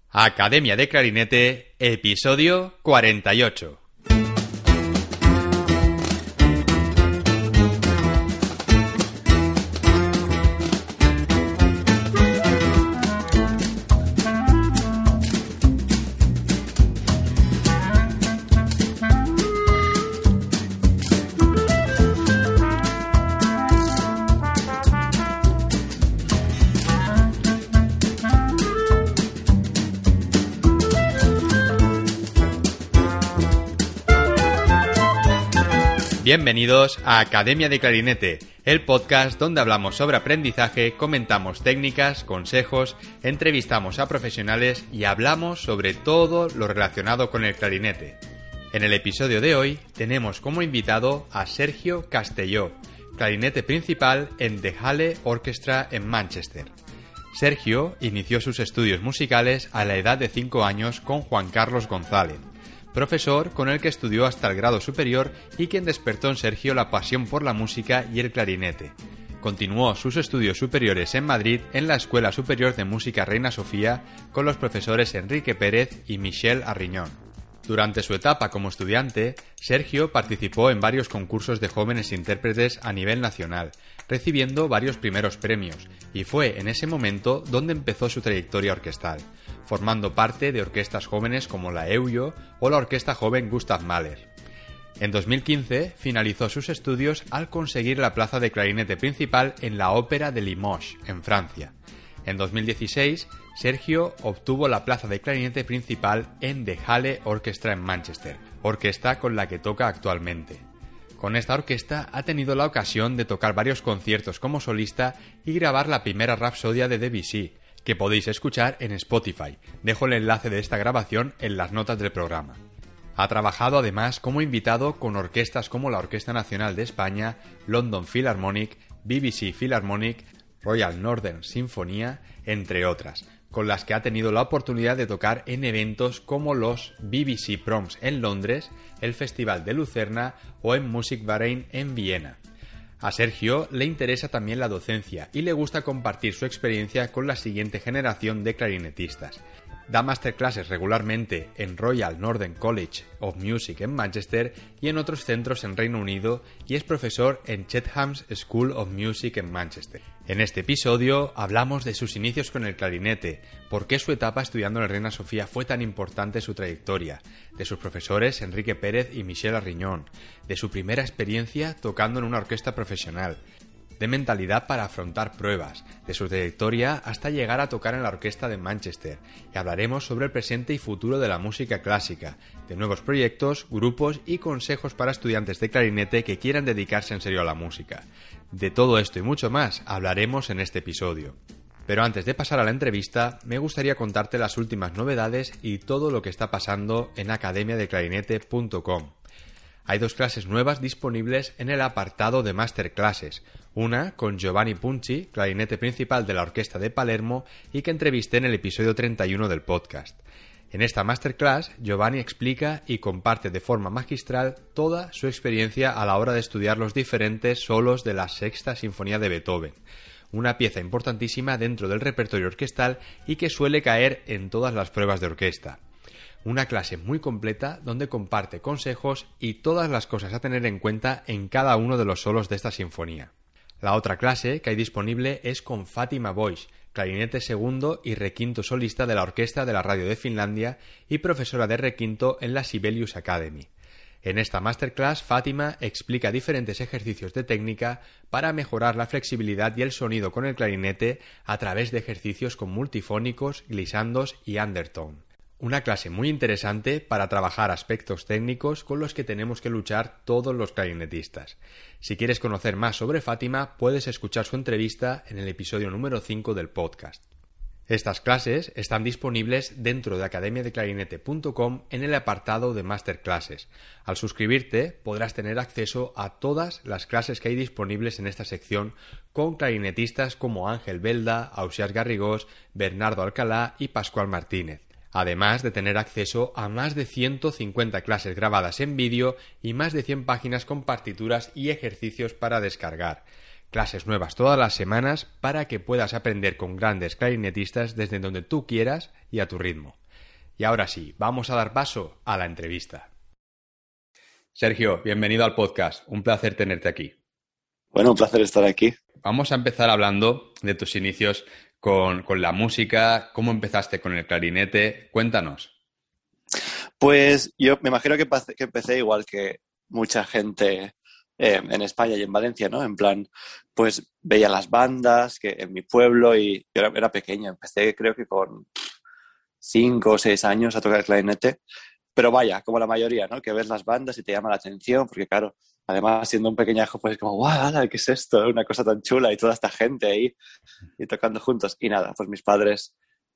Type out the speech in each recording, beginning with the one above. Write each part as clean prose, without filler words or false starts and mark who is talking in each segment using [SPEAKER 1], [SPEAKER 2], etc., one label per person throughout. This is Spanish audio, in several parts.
[SPEAKER 1] Academia de Clarinete, episodio 48. Bienvenidos a Academia de Clarinete, el podcast donde hablamos sobre aprendizaje, comentamos técnicas, consejos, entrevistamos a profesionales y hablamos sobre todo lo relacionado con el clarinete. En el episodio de hoy tenemos como invitado a Sergio Castelló, clarinete principal en The Hale Orchestra en Manchester. Sergio inició sus estudios musicales a la edad de 5 años con Juan Carlos González, profesor con el que estudió hasta el grado superior y quien despertó en Sergio la pasión por la música y el clarinete. Continuó sus estudios superiores en Madrid en la Escuela Superior de Música Reina Sofía con los profesores Enrique Pérez y Michel Arriñón. Durante su etapa como estudiante, Sergio participó en varios concursos de jóvenes intérpretes a nivel nacional, recibiendo varios primeros premios, y fue en ese momento donde empezó su trayectoria orquestal, formando parte de orquestas jóvenes como la EUYO o la Orquesta Joven Gustav Mahler. En 2015 finalizó sus estudios al conseguir la plaza de clarinete principal en la Ópera de Limoges, en Francia. En 2016, Sergio obtuvo la plaza de clarinete principal en The Hale Orchestra en Manchester, orquesta con la que toca actualmente. Con esta orquesta ha tenido la ocasión de tocar varios conciertos como solista y grabar la primera Rapsodia de Debussy, que podéis escuchar en Spotify. Dejo el enlace de esta grabación en las notas del programa. Ha trabajado además como invitado con orquestas como la Orquesta Nacional de España, London Philharmonic, BBC Philharmonic, Royal Northern Sinfonía, entre otras, con las que ha tenido la oportunidad de tocar en eventos como los BBC Proms en Londres, el Festival de Lucerna o en Musikverein en Viena. A Sergio le interesa también la docencia y le gusta compartir su experiencia con la siguiente generación de clarinetistas. Da masterclasses regularmente en Royal Northern College of Music en Manchester y en otros centros en Reino Unido y es profesor en Chetham's School of Music en Manchester. En este episodio hablamos de sus inicios con el clarinete, por qué su etapa estudiando en la Reina Sofía fue tan importante en su trayectoria, de sus profesores Enrique Pérez y Michel Arriñón, de su primera experiencia tocando en una orquesta profesional, de mentalidad para afrontar pruebas, de su trayectoria hasta llegar a tocar en la Orquesta de Manchester, y hablaremos sobre el presente y futuro de la música clásica, de nuevos proyectos, grupos y consejos para estudiantes de clarinete que quieran dedicarse en serio a la música. De todo esto y mucho más hablaremos en este episodio. Pero antes de pasar a la entrevista, me gustaría contarte las últimas novedades y todo lo que está pasando en academiadeclarinete.com. Hay 2 clases nuevas disponibles en el apartado de Masterclasses, una con Giovanni Punci, clarinete principal de la Orquesta de Palermo y que entrevisté en el episodio 31 del podcast. En esta Masterclass, Giovanni explica y comparte de forma magistral toda su experiencia a la hora de estudiar los diferentes solos de la Sexta Sinfonía de Beethoven, una pieza importantísima dentro del repertorio orquestal y que suele caer en todas las pruebas de orquesta. Una clase muy completa donde comparte consejos y todas las cosas a tener en cuenta en cada uno de los solos de esta sinfonía. La otra clase que hay disponible es con Fátima Boix, clarinete segundo y requinto solista de la Orquesta de la Radio de Finlandia y profesora de requinto en la Sibelius Academy. En esta masterclass, Fátima explica diferentes ejercicios de técnica para mejorar la flexibilidad y el sonido con el clarinete a través de ejercicios con multifónicos, glissandos y undertone. Una clase muy interesante para trabajar aspectos técnicos con los que tenemos que luchar todos los clarinetistas. Si quieres conocer más sobre Fátima, puedes escuchar su entrevista en el episodio número 5 del podcast. Estas clases están disponibles dentro de academiadeclarinete.com en el apartado de Masterclasses. Al suscribirte podrás tener acceso a todas las clases que hay disponibles en esta sección con clarinetistas como Ángel Belda, Ausiàs Garrigós, Bernardo Alcalá y Pascual Martínez. Además de tener acceso a más de 150 clases grabadas en vídeo y más de 100 páginas con partituras y ejercicios para descargar. Clases nuevas todas las semanas para que puedas aprender con grandes clarinetistas desde donde tú quieras y a tu ritmo. Y ahora sí, vamos a dar paso a la entrevista. Sergio, bienvenido al podcast. Un placer tenerte aquí.
[SPEAKER 2] Bueno, un placer estar aquí.
[SPEAKER 1] Vamos a empezar hablando de tus inicios con la música. ¿Cómo empezaste con el clarinete? Cuéntanos.
[SPEAKER 2] Pues yo me imagino que empecé igual que mucha gente en España y en Valencia, ¿no? En plan, pues veía las bandas que en mi pueblo y yo era pequeño. Empecé creo que con 5 o 6 años a tocar el clarinete. Pero vaya, como la mayoría, ¿no? Que ves las bandas y te llama la atención, porque claro, además siendo un pequeñajo, pues como, ¡guau! ¿Qué es esto? Una cosa tan chula y toda esta gente ahí y tocando juntos. Y nada, pues mis padres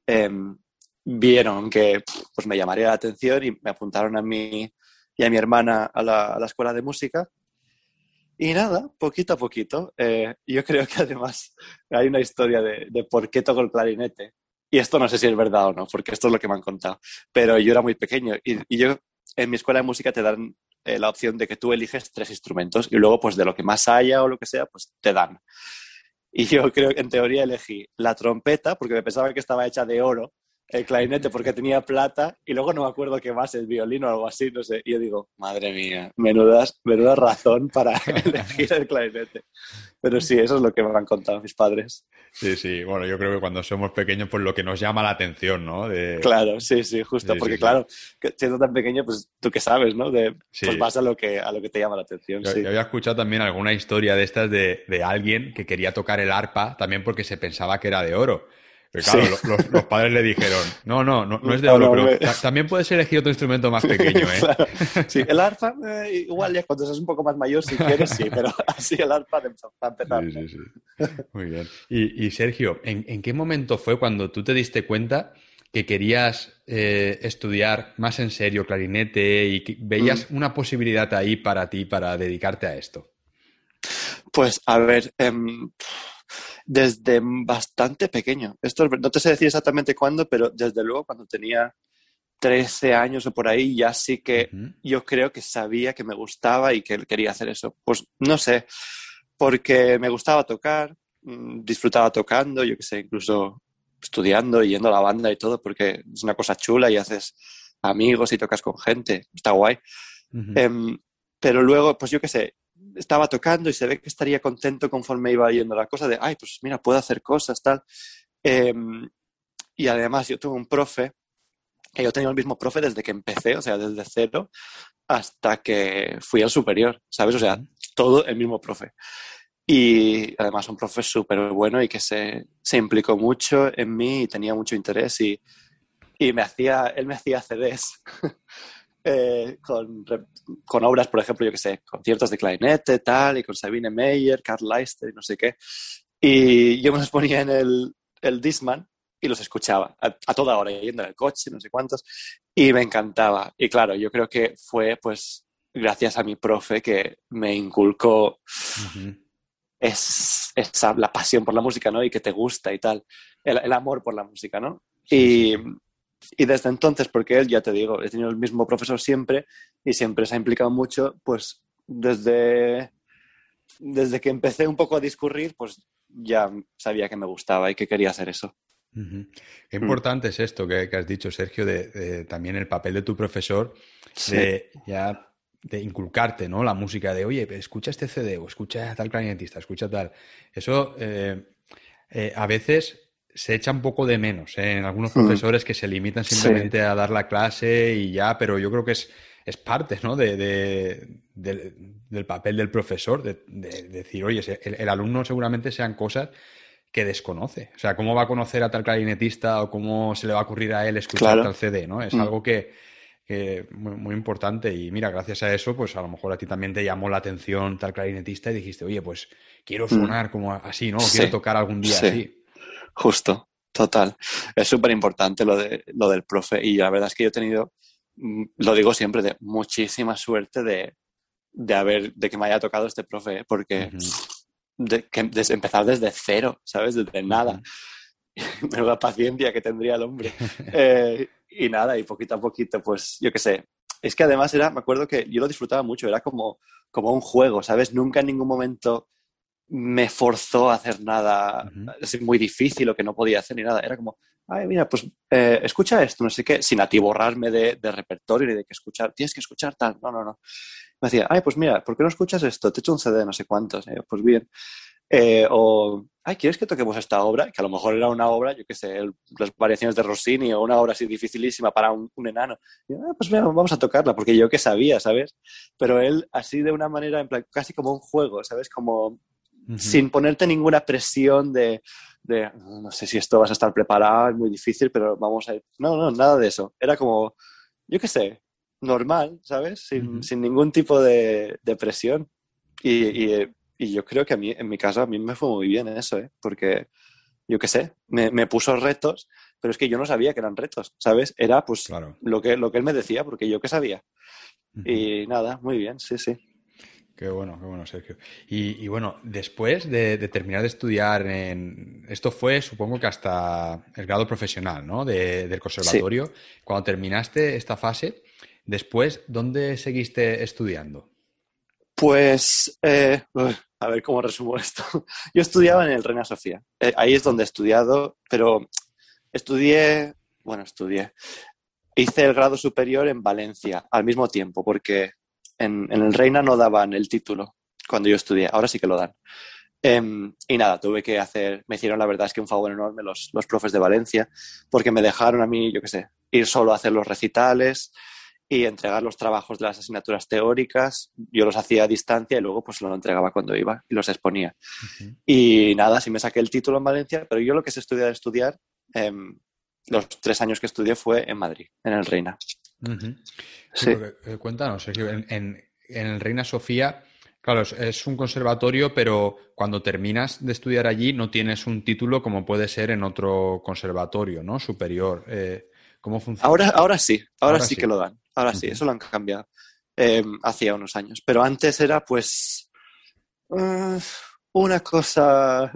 [SPEAKER 2] vieron que pues me llamaría la atención y me apuntaron a mí y a mi hermana a la escuela de música. Y nada, poquito a poquito. Yo creo que además hay una historia de por qué toco el clarinete. Y esto no sé si es verdad o no, porque esto es lo que me han contado. Pero yo era muy pequeño y yo en mi escuela de música te dan la opción de que tú eliges 3 instrumentos y luego pues de lo que más haya o lo que sea, pues te dan. Y yo creo que en teoría elegí la trompeta porque me pensaba que estaba hecha de oro, el clarinete porque tenía plata y luego no me acuerdo qué más, el violín o algo así, no sé. Y yo digo, madre mía, menuda razón para elegir el clarinete. Pero sí, eso es lo que me han contado mis padres.
[SPEAKER 1] Sí. Bueno, yo creo que cuando somos pequeños, pues lo que nos llama la atención, ¿no?
[SPEAKER 2] Claro, sí, justo.
[SPEAKER 1] Sí,
[SPEAKER 2] Porque
[SPEAKER 1] sí, sí.
[SPEAKER 2] claro, siendo tan pequeño, pues tú qué sabes, ¿no? Pues
[SPEAKER 1] Sí.
[SPEAKER 2] vas a lo que te llama la atención,
[SPEAKER 1] Yo
[SPEAKER 2] sí.
[SPEAKER 1] había escuchado también alguna historia de estas de alguien que quería tocar el arpa también porque se pensaba que era de oro. Pero
[SPEAKER 2] Sí.
[SPEAKER 1] claro, los padres le dijeron, no es de
[SPEAKER 2] No,
[SPEAKER 1] oro,
[SPEAKER 2] no,
[SPEAKER 1] pero también puedes elegir otro instrumento más pequeño, ¿eh?
[SPEAKER 2] Claro. Sí, el arpa, igual ya cuando seas un poco más mayor, si quieres, sí, pero así el arpa para empezar, ¿no?
[SPEAKER 1] Sí. Muy bien. Y Sergio, ¿en qué momento fue cuando tú te diste cuenta que querías estudiar más en serio clarinete y que
[SPEAKER 2] Mm.
[SPEAKER 1] veías una posibilidad ahí para ti para dedicarte a esto?
[SPEAKER 2] Pues a ver, desde bastante pequeño. No te sé decir exactamente cuándo, pero desde luego cuando tenía 13 años o por ahí, ya sí que
[SPEAKER 1] Ujú.
[SPEAKER 2] yo creo que sabía que me gustaba y que quería hacer eso. Pues no sé, porque me gustaba tocar, disfrutaba tocando, yo qué sé, incluso estudiando y yendo a la banda y todo, porque es una cosa chula y haces amigos y tocas con gente, está guay.
[SPEAKER 1] Ujú.
[SPEAKER 2] Em, pero luego, pues yo qué sé, estaba tocando y se ve que estaría contento conforme iba yendo la cosa de, ay, pues mira, puedo hacer cosas, tal. Em, y además yo tuve un profe, que yo tenía el mismo profe desde que empecé, o sea, desde cero hasta que fui al superior, ¿sabes? O sea,
[SPEAKER 1] Ujú.
[SPEAKER 2] todo el mismo profe. Y además un profe súper bueno y que se implicó mucho en mí y tenía mucho interés y él me hacía CDs eh, con, con obras, por ejemplo, yo que sé, conciertos de clarinete, tal, y con Sabine Meyer, Karl Leister y no sé qué. Y yo me los ponía en el Discman y los escuchaba a toda hora, yendo en el coche, no sé cuántos, y me encantaba. Y claro, yo creo que fue pues gracias a mi profe que me inculcó
[SPEAKER 1] Ujú.
[SPEAKER 2] la pasión por la música, ¿no? Y que te gusta y tal, el amor por la música, ¿no? Y,
[SPEAKER 1] Sí.
[SPEAKER 2] y desde entonces, porque él, ya te digo, he tenido el mismo profesor siempre y siempre se ha implicado mucho, pues desde que empecé un poco a discurrir, pues ya sabía que me gustaba y que quería hacer eso.
[SPEAKER 1] Ujú. Qué
[SPEAKER 2] Mm.
[SPEAKER 1] importante es esto que has dicho, Sergio, de también el papel de tu profesor,
[SPEAKER 2] Sí,
[SPEAKER 1] de inculcarte, ¿no? La música de, oye, escucha este CD o escucha a tal clarinetista, escucha tal. Eso a veces se echa un poco de menos, ¿eh? En algunos
[SPEAKER 2] mm.
[SPEAKER 1] profesores que se limitan
[SPEAKER 2] Sí,
[SPEAKER 1] simplemente a dar la clase y ya, pero yo creo que es parte, ¿no? Del papel del profesor, de decir, oye, el alumno seguramente sean cosas que desconoce. O sea, ¿cómo va a conocer a tal clarinetista o cómo se le va a ocurrir a él escuchar tal
[SPEAKER 2] claro.
[SPEAKER 1] CD, ¿no? Es
[SPEAKER 2] Mm,
[SPEAKER 1] algo que muy importante y mira, gracias a eso, pues a lo mejor a ti también te llamó la atención tal clarinetista y dijiste, oye, pues quiero
[SPEAKER 2] mm.
[SPEAKER 1] sonar como así, ¿no? Quiero
[SPEAKER 2] Sí,
[SPEAKER 1] tocar algún día
[SPEAKER 2] sí,
[SPEAKER 1] así.
[SPEAKER 2] justo, total. Es súper importante lo del profe y la verdad es que yo he tenido, lo digo siempre, de muchísima suerte de que me haya tocado este profe, ¿eh? Porque
[SPEAKER 1] Ujú,
[SPEAKER 2] empezar desde cero, ¿sabes? Desde nada.
[SPEAKER 1] ujú.
[SPEAKER 2] Menuda paciencia que tendría el hombre. Y nada, y poquito a poquito, pues yo qué sé. Es que además me acuerdo que yo lo disfrutaba mucho, era como un juego, ¿sabes? Nunca en ningún momento me forzó a hacer nada
[SPEAKER 1] Ujú.
[SPEAKER 2] así muy difícil o que no podía hacer ni nada. Era como, ay, mira, pues escucha esto, no sé qué, sin atiborrarme de repertorio ni de que escuchar, tienes que escuchar tal. No, no, no. Me decía, ay, pues mira, ¿por qué no escuchas esto? Te echo un CD de no sé cuántos. Pues bien. O, ay, ¿quieres que toquemos esta obra? Que a lo mejor era una obra, yo qué sé, las variaciones de Rossini o una obra así dificilísima para un enano. Y yo, pues mira, vamos a tocarla, porque yo que sabía, ¿sabes? Pero él así de una manera, en plan, casi como un juego, ¿sabes? Como
[SPEAKER 1] Ujú.
[SPEAKER 2] sin ponerte ninguna presión de no sé si esto vas a estar preparado, es muy difícil, pero vamos a ir. No, no, nada de eso. Era como, yo qué sé, normal, ¿sabes?
[SPEAKER 1] Ujú.
[SPEAKER 2] Sin ningún tipo de presión. Y yo creo que a mí, en mi caso, a mí me fue muy bien eso, ¿eh? Porque, yo qué sé, me puso retos, pero es que yo no sabía que eran retos, ¿sabes? Era pues
[SPEAKER 1] Claro.
[SPEAKER 2] lo que él me decía, porque yo qué sabía.
[SPEAKER 1] Ujú.
[SPEAKER 2] Y nada, muy bien, sí, sí.
[SPEAKER 1] Qué bueno, Sergio. Y bueno, después de terminar de estudiar Esto fue, supongo que hasta el grado profesional, ¿no? Del
[SPEAKER 2] Sí.
[SPEAKER 1] conservatorio. Cuando terminaste esta fase, después, ¿dónde seguiste estudiando?
[SPEAKER 2] Pues, a ver cómo resumo esto. Yo estudiaba en el Reina Sofía. Ahí es
[SPEAKER 1] Ajá.
[SPEAKER 2] donde he estudiado, pero estudié, bueno, estudié. Hice el grado superior en Valencia al mismo tiempo, porque en el Reina no daban el título cuando yo estudié, ahora sí que lo dan. Y nada, tuve que hacer, me hicieron la verdad es que un favor enorme los profes de Valencia, porque me dejaron a mí, yo qué sé, ir solo a hacer los recitales y entregar los trabajos de las asignaturas teóricas. Yo los hacía a distancia y luego pues lo entregaba cuando iba y los exponía.
[SPEAKER 1] Ujú.
[SPEAKER 2] Y nada, sí me saqué el título en Valencia, pero yo lo que sé estudiar, los 3 años que estudié fue en Madrid, en el Reina.
[SPEAKER 1] Ujú. Sí,
[SPEAKER 2] Sí.
[SPEAKER 1] porque cuéntanos, Sergio, en el Reina Sofía, claro, es un conservatorio, pero cuando terminas de estudiar allí no tienes un título como puede ser en otro conservatorio, ¿no? Superior. ¿Cómo funciona?
[SPEAKER 2] Ahora
[SPEAKER 1] Ahora
[SPEAKER 2] sí que
[SPEAKER 1] sí.
[SPEAKER 2] lo dan, ahora sí,
[SPEAKER 1] Ujú.
[SPEAKER 2] eso lo han cambiado hacía unos años, pero antes era pues eh, una cosa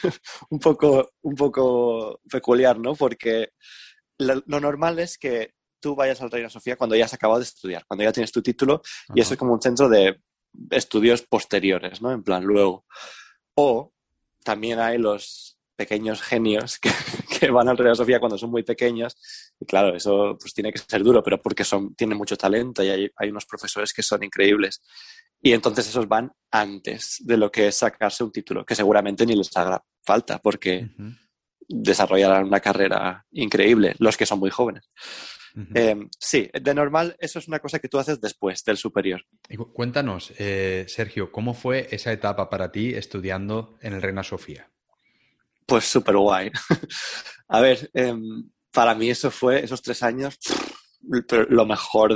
[SPEAKER 2] un poco peculiar, ¿no? Porque lo normal es que tú vayas al Reina Sofía cuando ya has acabado de estudiar, cuando ya tienes tu título y eso
[SPEAKER 1] Ajá.
[SPEAKER 2] es como un centro de estudios posteriores, ¿no? En plan, luego. O también hay los pequeños genios que van al Reina Sofía cuando son muy pequeños. Y claro, eso pues tiene que ser duro, pero porque tienen mucho talento y hay unos profesores que son increíbles. Y entonces esos van antes de lo que es sacarse un título, que seguramente ni les haga falta, porque
[SPEAKER 1] Ujú.
[SPEAKER 2] desarrollarán una carrera increíble, los que son muy jóvenes.
[SPEAKER 1] Ujú.
[SPEAKER 2] Sí, de normal eso es una cosa que tú haces después del superior.
[SPEAKER 1] Y cuéntanos, Sergio, ¿cómo fue esa etapa para ti estudiando en el Reina Sofía?
[SPEAKER 2] Pues súper guay. A ver, para mí eso fue, esos 3 años, pero lo mejor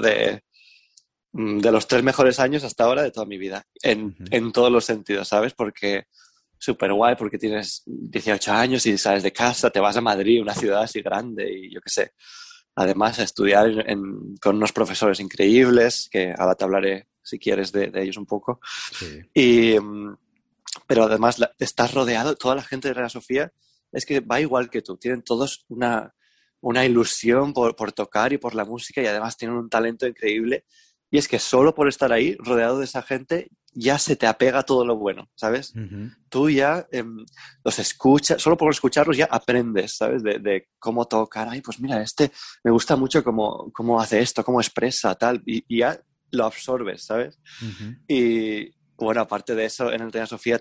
[SPEAKER 2] de los 3 mejores años hasta ahora de toda mi vida,
[SPEAKER 1] Ujú.
[SPEAKER 2] en todos los sentidos, ¿sabes? Porque súper guay, porque tienes 18 años y sales de casa, te vas a Madrid, una ciudad así grande y yo qué sé. Además, a estudiar con unos profesores increíbles, que ahora te hablaré, si quieres, de ellos un poco.
[SPEAKER 1] Sí.
[SPEAKER 2] Y, pero además estás rodeado, toda la gente de Reina Sofía es que va igual que tú, tienen todos una ilusión por tocar y por la música y además tienen un talento increíble. Y es que solo por estar ahí, rodeado de esa gente, ya se te apega todo lo bueno, ¿sabes?
[SPEAKER 1] Ujú.
[SPEAKER 2] Tú ya los escuchas, solo por escucharlos ya aprendes, ¿sabes? De cómo tocar. Ay, pues mira, este me gusta mucho cómo hace esto, cómo expresa, tal, y ya lo absorbes, ¿sabes?
[SPEAKER 1] Ujú.
[SPEAKER 2] Y bueno, aparte de eso, en el Reina Sofía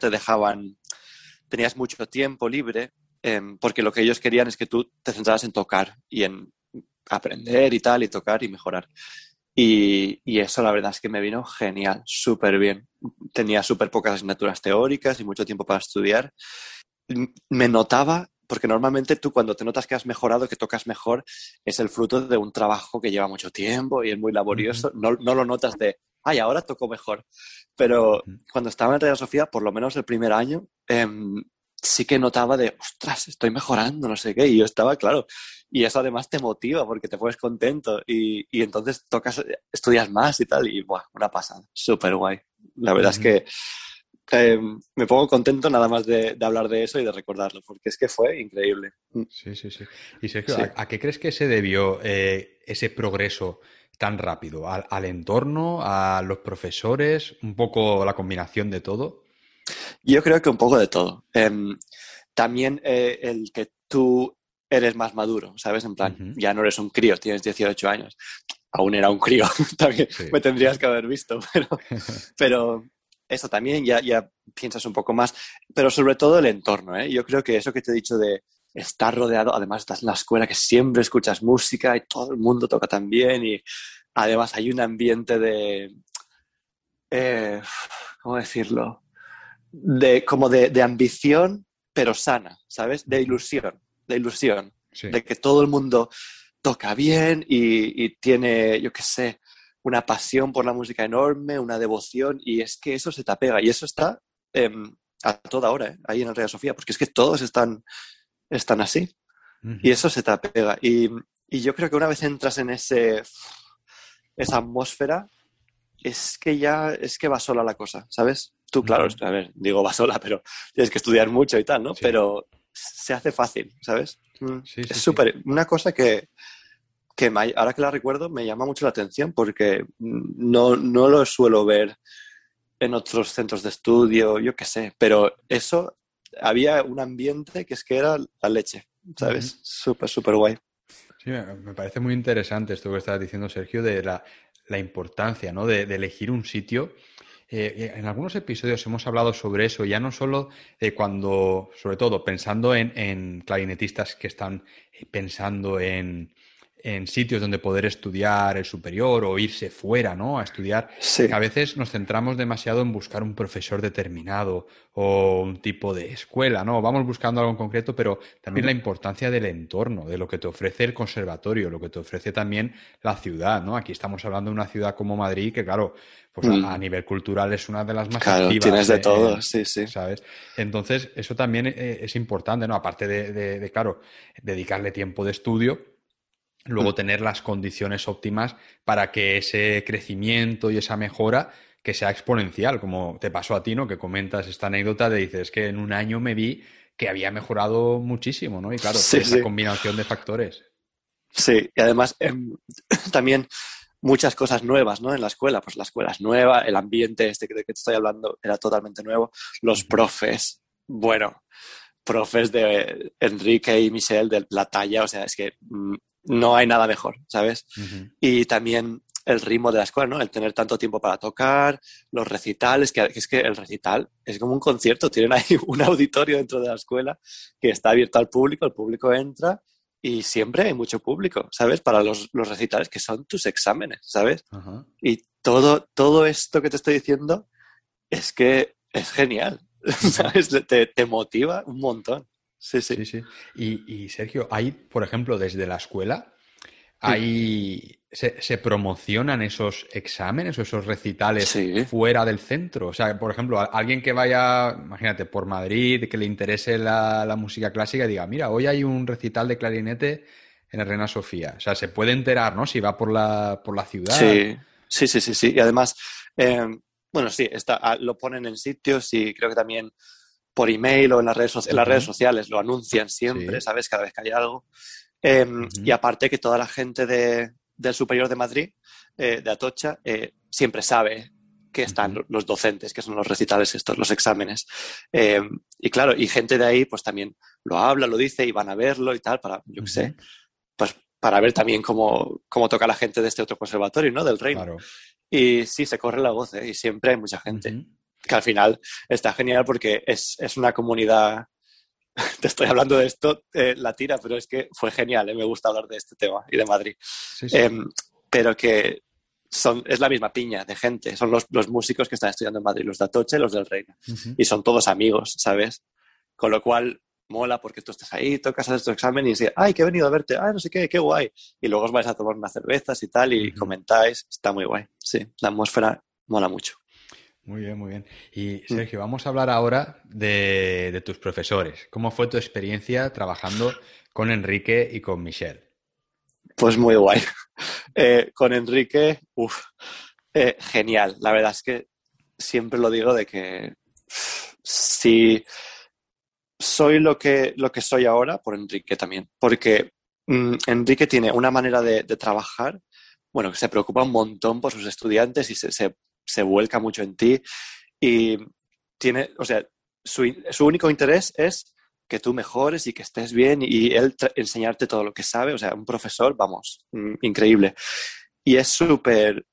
[SPEAKER 2] tenías mucho tiempo libre, porque lo que ellos querían es que tú te centraras en tocar y en aprender y tal, y tocar y mejorar. Y eso la verdad es que me vino genial, súper bien. Tenía súper pocas asignaturas teóricas y mucho tiempo para estudiar. Me notaba, porque normalmente tú cuando te notas que has mejorado, que tocas mejor, es el fruto de un trabajo que lleva mucho tiempo y es muy
[SPEAKER 1] Ujú.
[SPEAKER 2] laborioso. No, no lo notas de, ay, ahora toco mejor. Pero
[SPEAKER 1] Ujú.
[SPEAKER 2] cuando estaba en Real Sofía, por lo menos el primer año, sí que notaba de, ostras, estoy mejorando, no sé qué. Y yo estaba, claro. Y eso además te motiva porque te pones contento y entonces tocas, estudias más y tal. Y, buah, una pasada. Súper guay. La verdad es
[SPEAKER 1] Ujú.
[SPEAKER 2] que me pongo contento nada más de hablar de eso y de recordarlo, porque es que fue increíble.
[SPEAKER 1] Sí, sí, sí. Y Sergio,
[SPEAKER 2] Sí.
[SPEAKER 1] ¿a qué crees que se debió ese progreso tan rápido? ¿Al entorno, a los profesores, un poco la combinación de todo?
[SPEAKER 2] Yo creo que un poco de todo. También el que tú eres más maduro, ¿sabes? En plan,
[SPEAKER 1] Ujú.
[SPEAKER 2] ya no eres un crío, tienes 18 años. Aún era un crío, también
[SPEAKER 1] Sí.
[SPEAKER 2] me tendrías que haber visto, pero eso también ya piensas un poco más. Pero sobre todo el entorno, ¿eh? Yo creo que eso que te he dicho de estar rodeado, además estás en la escuela que siempre escuchas música y todo el mundo toca también y además hay un ambiente de, eh, ¿cómo decirlo? De ambición, pero sana, ¿sabes?
[SPEAKER 1] Ujú.
[SPEAKER 2] De ilusión,
[SPEAKER 1] Sí.
[SPEAKER 2] de que todo el mundo toca bien y tiene, yo qué sé, una pasión por la música enorme, una devoción, y es que eso se te apega, y eso está a toda hora, ahí en el Real Sofía, porque es que todos están así, y
[SPEAKER 1] Ujú.
[SPEAKER 2] eso se te apega. Y yo creo que una vez entras en esa atmósfera, es que va sola la cosa, ¿sabes? Tú, claro,
[SPEAKER 1] Ujú.
[SPEAKER 2] a ver, digo va sola, pero tienes que estudiar mucho y tal, ¿no?
[SPEAKER 1] Sí.
[SPEAKER 2] Pero se hace fácil, ¿sabes?
[SPEAKER 1] Sí,
[SPEAKER 2] Es
[SPEAKER 1] sí, sí.
[SPEAKER 2] súper, una cosa que ahora que la recuerdo me llama mucho la atención porque no lo suelo ver en otros centros de estudio, yo qué sé, pero eso, había un ambiente que es que era la leche,
[SPEAKER 1] Ujú.
[SPEAKER 2] ¿sabes? Súper, súper guay.
[SPEAKER 1] Sí, me parece muy interesante esto que estabas diciendo, Sergio, de la importancia, ¿no? de elegir un sitio. En algunos episodios hemos hablado sobre eso, ya no solo de cuando, sobre todo, pensando en clarinetistas que están pensando en sitios donde poder estudiar el superior o irse fuera, ¿no? A estudiar,
[SPEAKER 2] Sí.
[SPEAKER 1] que a veces nos centramos demasiado en buscar un profesor determinado o un tipo de escuela, ¿no? Vamos buscando algo en concreto, pero también la importancia del entorno, de lo que te ofrece el conservatorio, lo que te ofrece también la ciudad, ¿no? Aquí estamos hablando de una ciudad como Madrid, que claro, pues a
[SPEAKER 2] Mm,
[SPEAKER 1] nivel cultural es una de las más
[SPEAKER 2] claro,
[SPEAKER 1] activas,
[SPEAKER 2] tienes de todo, sí, sí.
[SPEAKER 1] ¿sabes? Entonces, eso también es importante, ¿no? Aparte claro, dedicarle tiempo de estudio, luego
[SPEAKER 2] Mm.
[SPEAKER 1] tener las condiciones óptimas para que ese crecimiento y esa mejora que sea exponencial, como te pasó a ti, ¿no? Que comentas esta anécdota de dices que en un año me vi que había mejorado muchísimo, ¿no? Y claro, fue
[SPEAKER 2] Sí,
[SPEAKER 1] esa
[SPEAKER 2] sí,
[SPEAKER 1] combinación de factores.
[SPEAKER 2] sí. Y además, también muchas cosas nuevas, ¿no? En la escuela, pues la escuela es nueva, el ambiente este de que te estoy hablando era totalmente nuevo, los
[SPEAKER 1] Ujú.
[SPEAKER 2] profes, bueno, profes de Enrique y Michelle de la talla, o sea, es que no hay nada mejor, ¿sabes?
[SPEAKER 1] Ujú.
[SPEAKER 2] Y también el ritmo de la escuela, ¿no? El tener tanto tiempo para tocar, los recitales, que es que el recital es como un concierto, tienen ahí un auditorio dentro de la escuela que está abierto al público, el público entra y siempre hay mucho público, ¿sabes? Para los recitales que son tus exámenes, ¿sabes?
[SPEAKER 1] Ajá.
[SPEAKER 2] Y todo esto que te estoy diciendo es que es genial,
[SPEAKER 1] Ujú.
[SPEAKER 2] ¿sabes? Te motiva un montón. Sí, sí.
[SPEAKER 1] Sí, sí. Y Sergio, hay, por ejemplo, desde la escuela,
[SPEAKER 2] Mm.
[SPEAKER 1] se promocionan esos exámenes o esos recitales
[SPEAKER 2] Sí,
[SPEAKER 1] fuera del centro. O sea, por ejemplo, alguien que vaya, imagínate, por Madrid, que le interese la música clásica y diga, mira, hoy hay un recital de clarinete en el Reina Sofía. O sea, se puede enterar, ¿no? Si va por la ciudad.
[SPEAKER 2] sí, sí, sí, sí, sí. Y además, eh, bueno, sí, lo ponen en sitios y creo que también por email o en las redes
[SPEAKER 1] Ujú.
[SPEAKER 2] sociales lo anuncian siempre,
[SPEAKER 1] Sí.
[SPEAKER 2] ¿sabes? Cada vez que hay algo. Y
[SPEAKER 1] Ujú.
[SPEAKER 2] aparte que toda la gente del Superior de Madrid, de Atocha, siempre sabe que están
[SPEAKER 1] Ujú.
[SPEAKER 2] los docentes, que son los recitales estos, los exámenes. Eh, y claro, y gente de ahí pues también lo habla, lo dice y van a verlo y tal, para, yo qué sé,
[SPEAKER 1] Ujú.
[SPEAKER 2] pues para ver también cómo toca la gente de este otro conservatorio, ¿no? Del Reino.
[SPEAKER 1] Claro.
[SPEAKER 2] Y sí, se corre la voz, ¿eh? Y siempre hay mucha gente.
[SPEAKER 1] Ujú.
[SPEAKER 2] Que al final está genial porque es una comunidad, te estoy hablando de esto, latina, pero es que fue genial, ¿eh? Me gusta hablar de este tema y de Madrid.
[SPEAKER 1] Sí,
[SPEAKER 2] Eh,
[SPEAKER 1] sí.
[SPEAKER 2] pero que es la misma piña de gente, son los músicos que están estudiando en Madrid, los de Atocha y los del Reino.
[SPEAKER 1] Ujú.
[SPEAKER 2] Y son todos amigos, ¿sabes? Con lo cual mola porque tú estás ahí, tocas, haces tu examen y dices, ay, que he venido a verte, ay, no sé qué, qué guay. Y luego os vais a tomar unas cervezas y tal y
[SPEAKER 1] Ujú.
[SPEAKER 2] comentáis, está muy guay. Sí, la atmósfera mola mucho.
[SPEAKER 1] Muy bien, muy bien. Y
[SPEAKER 2] Mm.
[SPEAKER 1] Sergio, vamos a hablar ahora de tus profesores. ¿Cómo fue tu experiencia trabajando con Enrique y con Michelle?
[SPEAKER 2] Pues muy guay. Con Enrique, genial. La verdad es que siempre lo digo de que si soy lo que soy ahora, por Enrique también. Porque Enrique tiene una manera de trabajar, bueno, que se preocupa un montón por sus estudiantes y se vuelca mucho en ti. Y tiene, o sea, su único interés es que tú mejores y que estés bien y él enseñarte todo lo que sabe. O sea, un profesor, vamos, increíble. Y es súper,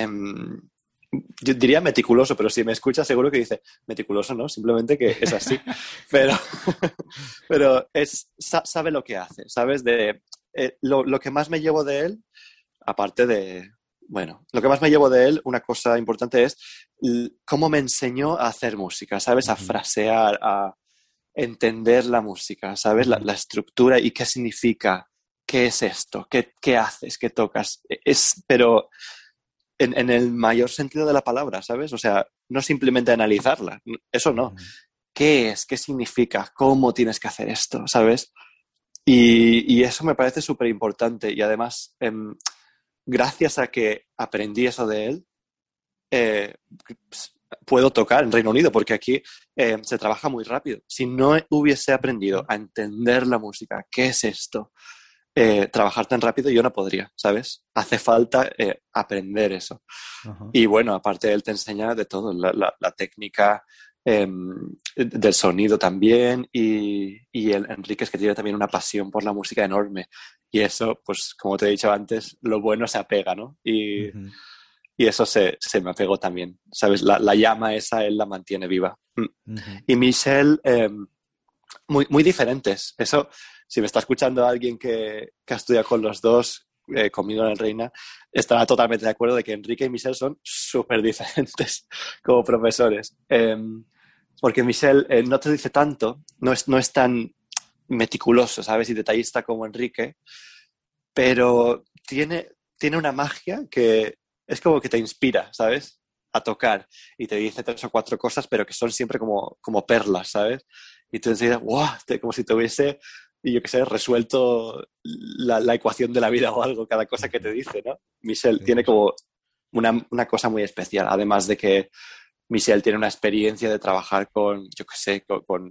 [SPEAKER 2] yo diría meticuloso, pero si me escucha seguro que dice meticuloso, ¿no? Simplemente que es así. Pero, pero sabe lo que hace, ¿sabes? Lo que más me llevo de él, aparte de, bueno, lo que más me llevo de él, una cosa importante es cómo me enseñó a hacer música, ¿sabes? A
[SPEAKER 1] Ujú,
[SPEAKER 2] frasear, a entender la música, ¿sabes?
[SPEAKER 1] ujú,
[SPEAKER 2] La estructura y qué significa, qué es esto, qué haces, qué tocas. Pero en el mayor sentido de la palabra, ¿sabes? O sea, no simplemente analizarla, eso no.
[SPEAKER 1] ujú,
[SPEAKER 2] ¿Qué es? ¿Qué significa? ¿Cómo tienes que hacer esto? ¿Sabes? Y eso me parece súper importante. Y además, gracias a que aprendí eso de él, eh, puedo tocar en Reino Unido, porque aquí se trabaja muy rápido. Si no hubiese aprendido a entender la música, ¿qué es esto? Trabajar tan rápido yo no podría, ¿sabes? Hace falta aprender eso.
[SPEAKER 1] ajá.
[SPEAKER 2] Y bueno, aparte él te enseña de todo, la técnica del sonido también y el Enrique es que tiene también una pasión por la música enorme. Y eso, pues como te he dicho antes, lo bueno se apega, ¿no?
[SPEAKER 1] Ujú,
[SPEAKER 2] Y eso se me apegó también, ¿sabes? La llama esa él la mantiene viva.
[SPEAKER 1] ujú.
[SPEAKER 2] Y Michelle, muy, muy diferentes. Eso, si me está escuchando alguien que ha estudiado con los dos, conmigo en el Reina, estará totalmente de acuerdo de que Enrique y Michelle son súper diferentes como profesores. Porque Michelle no te dice tanto, no es tan meticuloso, ¿sabes? Y detallista como Enrique, pero tiene una magia que es como que te inspira, ¿sabes? A tocar y te dice 3 o 4 cosas, pero que son siempre como perlas, ¿sabes? Y tú enseguida, ¡wow! Como si te hubiese, y yo qué sé, resuelto la ecuación de la vida o algo, cada cosa que te
[SPEAKER 1] Ujú.
[SPEAKER 2] dice, ¿no? Michelle
[SPEAKER 1] Sí,
[SPEAKER 2] tiene
[SPEAKER 1] sí, sí.
[SPEAKER 2] como una cosa muy especial, además de que Michelle tiene una experiencia de trabajar con, yo qué sé,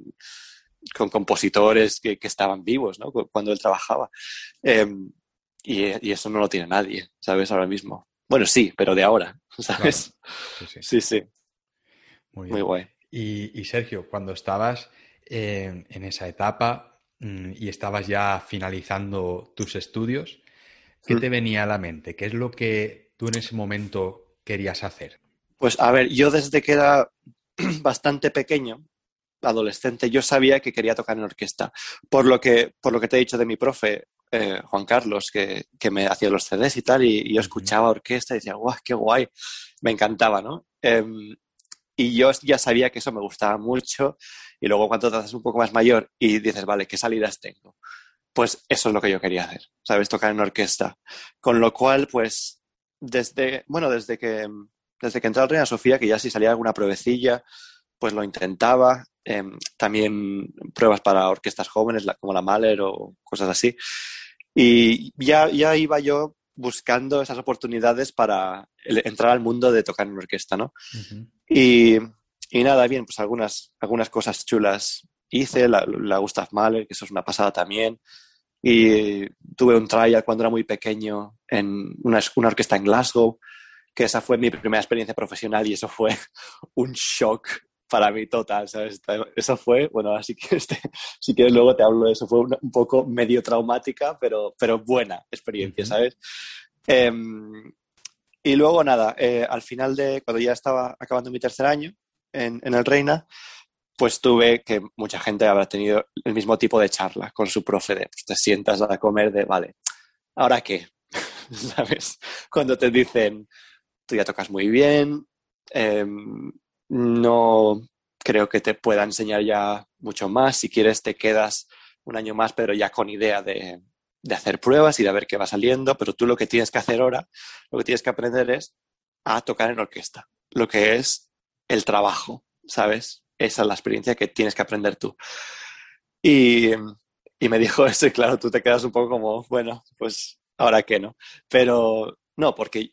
[SPEAKER 2] con compositores que estaban vivos, ¿no? Cuando él trabajaba. Eh, y eso no lo tiene nadie, ¿sabes? Ahora mismo. Bueno, sí, pero de ahora,
[SPEAKER 1] Claro.
[SPEAKER 2] ¿sabes?
[SPEAKER 1] Sí, sí.
[SPEAKER 2] Sí, sí,
[SPEAKER 1] Muy
[SPEAKER 2] muy
[SPEAKER 1] bien.
[SPEAKER 2] guay.
[SPEAKER 1] Y Sergio, cuando estabas en esa etapa y estabas ya finalizando tus estudios, ¿qué
[SPEAKER 2] Mm.
[SPEAKER 1] te venía a la mente? ¿Qué es lo que tú en ese momento querías hacer?
[SPEAKER 2] Pues a ver, yo desde que era bastante pequeño, adolescente, yo sabía que quería tocar en orquesta. Por lo que te he dicho de mi profe, Juan Carlos, que me hacía los CDs y tal, y yo
[SPEAKER 1] Ujú,
[SPEAKER 2] escuchaba orquesta y decía, guau, qué guay, me encantaba, ¿no? Y yo ya sabía que eso me gustaba mucho, y luego cuando te haces un poco más mayor y dices, vale, ¿qué salidas tengo? Pues eso es lo que yo quería hacer, ¿sabes? Tocar en orquesta. Con lo cual, pues, desde que entré al Reina Sofía, que ya si salía alguna pruebecilla, pues lo intentaba. También pruebas para orquestas jóvenes, como la Mahler o cosas así. Y ya iba yo buscando esas oportunidades para entrar al mundo de tocar en orquesta, ¿no?
[SPEAKER 1] ujú,
[SPEAKER 2] Y, y nada, bien, pues algunas cosas chulas hice, la Gustav Mahler, que eso es una pasada también. Y tuve un trial cuando era muy pequeño en una orquesta en Glasgow, que esa fue mi primera experiencia profesional y eso fue un shock para mí total, ¿sabes? Eso fue, bueno, así que si quieres luego te hablo de eso, fue un poco medio traumática, pero buena experiencia,
[SPEAKER 1] ujú.
[SPEAKER 2] ¿sabes? Eh, y luego nada, al final cuando ya estaba acabando mi tercer año en el Reina, pues tuve que mucha gente habrá tenido el mismo tipo de charla con su profe de, pues te sientas a comer de, vale, ¿ahora qué? ¿Sabes? Cuando te dicen, tú ya tocas muy bien, eh, no creo que te pueda enseñar ya mucho más, si quieres te quedas un año más, pero ya con idea de hacer pruebas y de ver qué va saliendo, pero tú lo que tienes que hacer ahora, lo que tienes que aprender es a tocar en orquesta, lo que es el trabajo, ¿sabes? Esa es la experiencia que tienes que aprender tú. Y, y me dijo eso y claro, tú te quedas un poco como, bueno, pues ahora qué, ¿no? Pero no, porque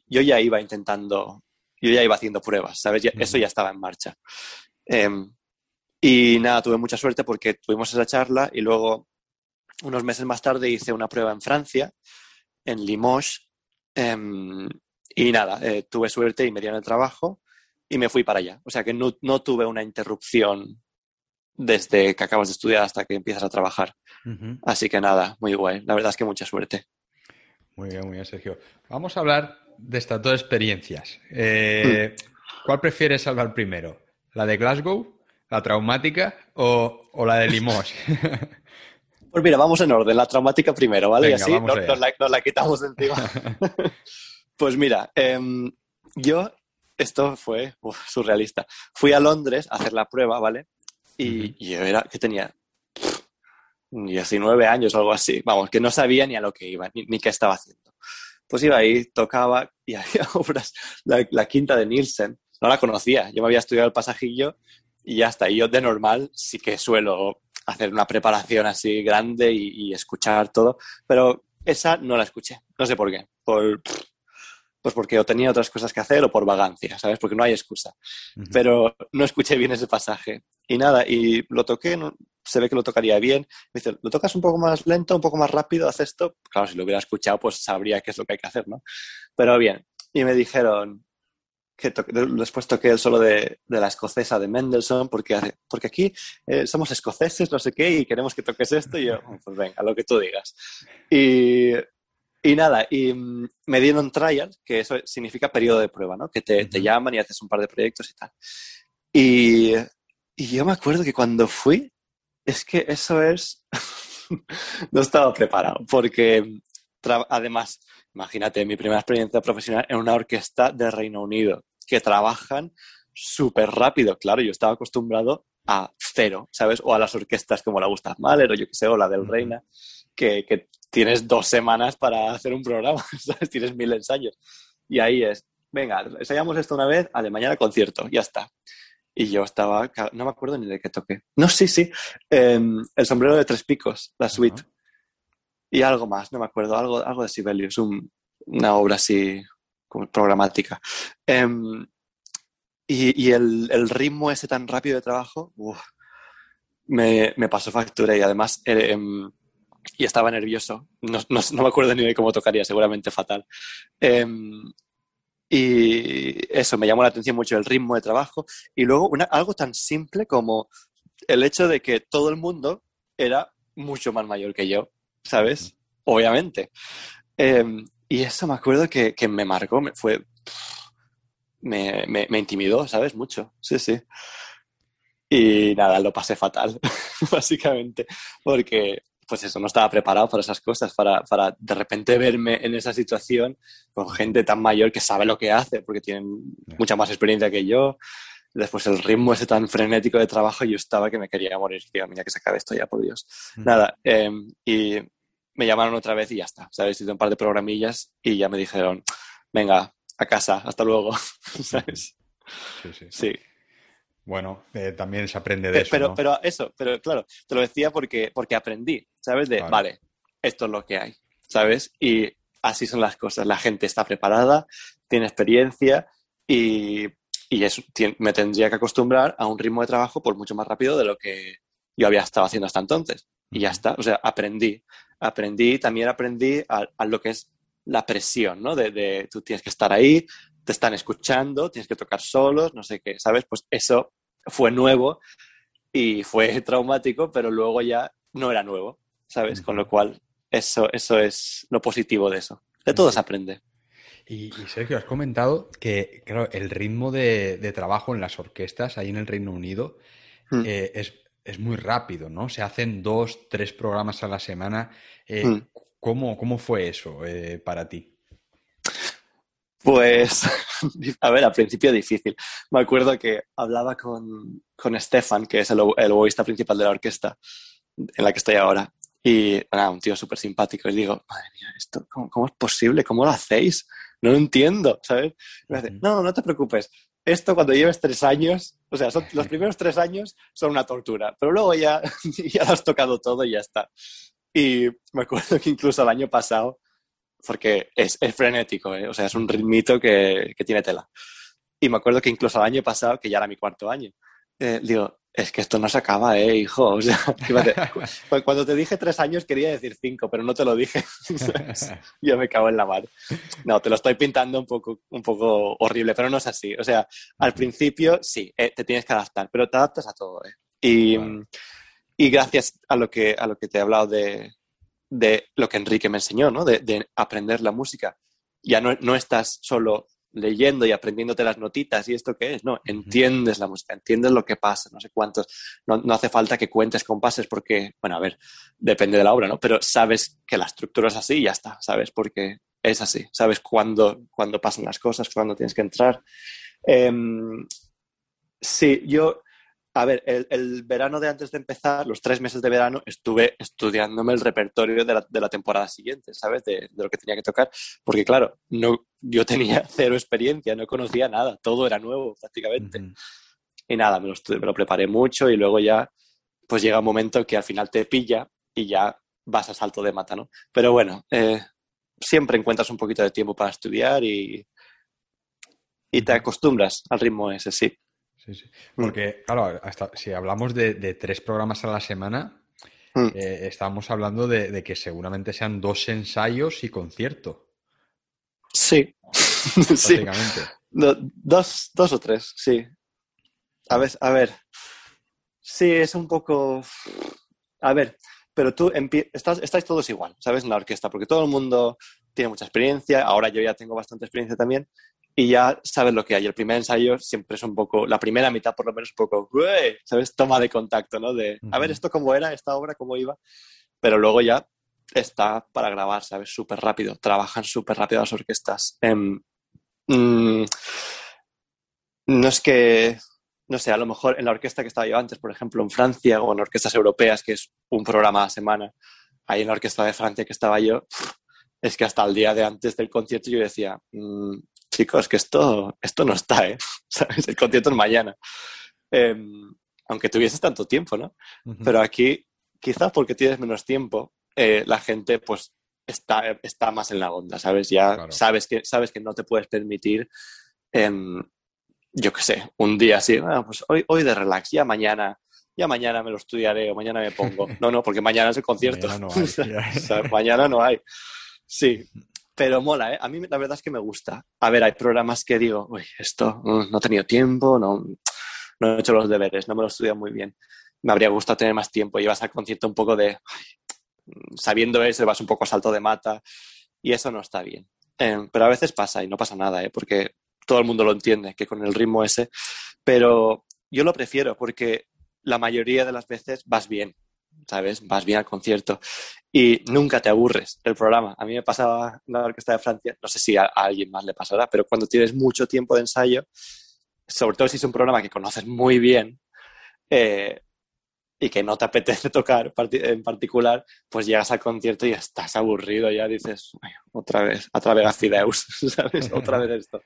[SPEAKER 2] yo ya iba haciendo pruebas, ¿sabes? Eso
[SPEAKER 1] Ujú,
[SPEAKER 2] ya estaba en marcha. Eh, y nada, tuve mucha suerte porque tuvimos esa charla y luego unos meses más tarde hice una prueba en Francia, en Limoges, eh, y nada, tuve suerte y me dieron el trabajo y me fui para allá. O sea que no tuve una interrupción desde que acabas de estudiar hasta que empiezas a trabajar.
[SPEAKER 1] Ujú.
[SPEAKER 2] Así que nada, muy guay. La verdad es que mucha suerte.
[SPEAKER 1] Muy bien, Sergio. Vamos a hablar de estas dos experiencias.
[SPEAKER 2] Hmm.
[SPEAKER 1] ¿Cuál prefieres hablar primero? ¿La de Glasgow, la traumática o la de Limoges?
[SPEAKER 2] Pues mira, vamos en orden. La traumática primero, ¿vale? Y
[SPEAKER 1] Venga,
[SPEAKER 2] así
[SPEAKER 1] vamos allá.
[SPEAKER 2] nos la quitamos de encima. Pues mira, yo, esto fue surrealista. Fui a Londres a hacer la prueba, ¿vale?
[SPEAKER 1] Ujú.
[SPEAKER 2] Y yo era, que tenía 19 años o algo así. Vamos, que no sabía ni a lo que iba, ni qué estaba haciendo. Pues iba ahí, tocaba y había obras, la quinta de Nielsen. No la conocía. Yo me había estudiado el pasajillo y ya está. Y yo de normal sí que suelo hacer una preparación así grande y escuchar todo, pero esa no la escuché. No sé por qué. Pues porque o tenía otras cosas que hacer o por vagancia, ¿sabes? Porque no hay excusa.
[SPEAKER 1] Ujú.
[SPEAKER 2] Pero no escuché bien ese pasaje. Y nada, y lo toqué, se ve que lo tocaría bien. Me dice, ¿lo tocas un poco más lento, un poco más rápido? ¿Haz esto? Claro, si lo hubiera escuchado, pues sabría qué es lo que hay que hacer, ¿no? Pero bien. Y me dijeron que después toqué el solo de la escocesa de Mendelssohn, porque aquí somos escoceses, no sé qué, y queremos que toques esto. Y yo, pues venga, lo que tú digas. Y y nada, me dieron trial, que eso significa periodo de prueba, ¿no? Que te
[SPEAKER 1] Ujú.
[SPEAKER 2] llaman y haces un par de proyectos y tal. Y, y yo me acuerdo que cuando fui, es que eso es... no estaba preparado, porque además, imagínate, mi primera experiencia profesional en una orquesta de Reino Unido, que trabajan súper rápido. Claro, yo estaba acostumbrado a cero, ¿sabes? O a las orquestas como la Gustav Mahler o yo qué sé, o la del
[SPEAKER 1] Ujú.
[SPEAKER 2] Reina, que tienes 2 semanas para hacer un programa, ¿sabes? Tienes 1000 ensayos. Y ahí es, venga, ensayamos esto una vez, de mañana concierto, ya está. Y yo estaba, no me acuerdo ni de qué toqué. No, sí, sí, El sombrero de tres picos, la suite.
[SPEAKER 1] Ajá.
[SPEAKER 2] Y algo más, no me acuerdo, algo de Sibelius, una obra así como programática. Em, y el ritmo ese tan rápido de trabajo, me pasó factura y además y estaba nervioso. No me acuerdo ni de cómo tocaría, seguramente fatal. Em, y eso, me llamó la atención mucho el ritmo de trabajo. Y luego algo tan simple como el hecho de que todo el mundo era mucho más mayor que yo,
[SPEAKER 1] Ujú.
[SPEAKER 2] ¿sabes? Obviamente. Y eso me acuerdo que me marcó, me intimidó, ¿sabes? Mucho. Sí, sí. Y nada, lo pasé fatal, básicamente, porque pues eso, no estaba preparado para esas cosas, para de repente verme en esa situación con gente tan mayor que sabe lo que hace, porque tienen
[SPEAKER 1] Ya.
[SPEAKER 2] mucha más experiencia que yo. Después el ritmo ese tan frenético de trabajo, yo estaba que me quería morir. Digo, mira que se acabe esto ya, por Dios.
[SPEAKER 1] Ujú.
[SPEAKER 2] Nada, y me llamaron otra vez y ya está, ¿sabes? Hice un par de programillas y ya me dijeron, venga, a casa, hasta luego,
[SPEAKER 1] Ujú.
[SPEAKER 2] ¿sabes?
[SPEAKER 1] Sí, sí.
[SPEAKER 2] Sí.
[SPEAKER 1] Bueno, también se aprende de eso, ¿no?
[SPEAKER 2] Pero claro, te lo decía porque aprendí, ¿sabes?
[SPEAKER 1] Claro.
[SPEAKER 2] Vale, esto es lo que hay, ¿sabes? Y así son las cosas. La gente está preparada, tiene experiencia y, me tendría que acostumbrar a un ritmo de trabajo por mucho más rápido de lo que yo había estado haciendo hasta entonces. Y ya
[SPEAKER 1] Ujú.
[SPEAKER 2] está, o sea, también aprendí a lo que es la presión, ¿no? De tú tienes que estar ahí, te están escuchando, tienes que tocar solos, no sé qué, ¿sabes? Pues eso fue nuevo y fue traumático, pero luego ya no era nuevo, ¿sabes? Con
[SPEAKER 1] Ujú.
[SPEAKER 2] lo cual, eso es lo positivo de eso. De todo se
[SPEAKER 1] Sí.
[SPEAKER 2] aprende.
[SPEAKER 1] Y Sergio, has comentado que, claro, el ritmo de trabajo en las orquestas ahí en el Reino Unido
[SPEAKER 2] Mm,
[SPEAKER 1] es muy rápido, ¿no? Se hacen 2, 3 programas a la semana.
[SPEAKER 2] mm.
[SPEAKER 1] ¿Cómo fue eso para ti?
[SPEAKER 2] Pues, a ver, al principio difícil. Me acuerdo que hablaba con Stefan, que es el oboísta principal de la orquesta en la que estoy ahora. Y nada, un tío súper simpático. Y digo, madre mía, esto, ¿cómo es posible? ¿Cómo lo hacéis? No lo entiendo, ¿sabes? Y me dice,
[SPEAKER 1] Ujú.
[SPEAKER 2] no, no te preocupes. Esto cuando lleves 3 años, o sea, los primeros 3 años son una tortura, pero luego ya, ya lo has tocado todo y ya está. Y me acuerdo que incluso el año pasado, porque es frenético, ¿eh? O sea, es un
[SPEAKER 1] Ujú.
[SPEAKER 2] ritmito que tiene tela. Y me acuerdo que incluso el año pasado, que ya era mi cuarto año, digo, es que esto no se acaba, hijo. O sea, fíjate, cuando te dije 3 años quería decir 5, pero no te lo dije. Yo me cago en la mar. No, te lo estoy pintando un poco horrible, pero no es así. O sea, al
[SPEAKER 1] Ujú.
[SPEAKER 2] principio sí, te tienes que adaptar, pero te adaptas a todo, ¿eh? Y,
[SPEAKER 1] Claro.
[SPEAKER 2] y gracias a lo que te he hablado de lo que Enrique me enseñó, ¿no? De aprender la música. Ya no estás solo leyendo y aprendiéndote las notitas y esto qué es, no,
[SPEAKER 1] Ujú.
[SPEAKER 2] entiendes la música, entiendes lo que pasa, no sé cuántos, no hace falta que cuentes compases porque, bueno, a ver, depende de la obra, ¿no? Pero sabes que la estructura es así y ya está, ¿sabes? Porque es así, sabes cuándo pasan las cosas, cuándo tienes que entrar. Eh, sí, a ver, el verano de antes de empezar, los 3 meses de verano, estuve estudiándome el repertorio de la temporada siguiente, ¿sabes? De lo que tenía que tocar, porque claro, yo tenía cero experiencia, no conocía nada, todo era nuevo prácticamente.
[SPEAKER 1] Ujú.
[SPEAKER 2] Y nada, me lo preparé mucho y luego ya, pues llega un momento que al final te pilla y ya vas a salto de mata, ¿no? Pero bueno, siempre encuentras un poquito de tiempo para estudiar y te
[SPEAKER 1] Ujú.
[SPEAKER 2] acostumbras al ritmo ese, sí.
[SPEAKER 1] Sí, sí.
[SPEAKER 2] Mm,
[SPEAKER 1] Porque, claro, hasta si hablamos de 3 programas a la semana,
[SPEAKER 2] mm.
[SPEAKER 1] estamos hablando de que seguramente sean 2 ensayos y concierto,
[SPEAKER 2] Sí, sí.
[SPEAKER 1] prácticamente.
[SPEAKER 2] Dos o tres, sí.
[SPEAKER 1] Mm.
[SPEAKER 2] A ver, sí, es un poco... A ver, pero estáis todos igual, ¿sabes? En la orquesta, porque todo el mundo tiene mucha experiencia, ahora yo ya tengo bastante experiencia también, y ya sabes lo que hay. El primer ensayo siempre es un poco, la primera mitad por lo menos un poco, "Ué", ¿sabes? Toma de contacto, ¿no? A ver,
[SPEAKER 1] Ujú.
[SPEAKER 2] esto cómo era, esta obra, cómo iba, pero luego ya está para grabar, ¿sabes? Súper rápido, trabajan súper rápido las orquestas. Mm, no es que, no sé, a lo mejor en la orquesta que estaba yo antes, por ejemplo, en Francia o en orquestas europeas, que es un programa a la semana, ahí en la orquesta de Francia que estaba yo, es que hasta el día de antes del concierto yo decía, chicos, que esto no está, ¿eh? ¿Sabes? El concierto es mañana. Eh, aunque tuvieses tanto tiempo, ¿no?
[SPEAKER 1] Ujú.
[SPEAKER 2] Pero aquí, quizás porque tienes menos tiempo, la gente pues está más en la onda, ¿sabes? Ya
[SPEAKER 1] Claro.
[SPEAKER 2] sabes que no te puedes permitir em, yo qué sé, un día así, pues hoy de relax, ya mañana me lo estudiaré o mañana me pongo. No, porque mañana es el concierto.
[SPEAKER 1] Mañana no
[SPEAKER 2] O
[SPEAKER 1] hay.
[SPEAKER 2] sea, mañana no hay. Sí, pero mola, ¿eh? A mí la verdad es que me gusta. A ver, hay programas que digo, uy, esto no he tenido tiempo, no he hecho los deberes, no me lo he estudiado muy bien. Me habría gustado tener más tiempo y vas al concierto un poco sabiendo eso, vas un poco a salto de mata y eso no está bien. Pero a veces pasa y no pasa nada, ¿eh? Porque todo el mundo lo entiende, que con el ritmo ese, pero yo lo prefiero porque la mayoría de las veces vas bien, ¿sabes? Vas bien al concierto y nunca te aburres el programa. A mí me pasaba en la Orquesta de Francia, no sé si a alguien más le pasará, pero cuando tienes mucho tiempo de ensayo, sobre todo si es un programa que conoces muy bien, eh, y que no te apetece tocar en particular, pues llegas al concierto y estás aburrido, ya dices, "Ay, otra vez a Fideus, ¿sabes? Otra vez esto.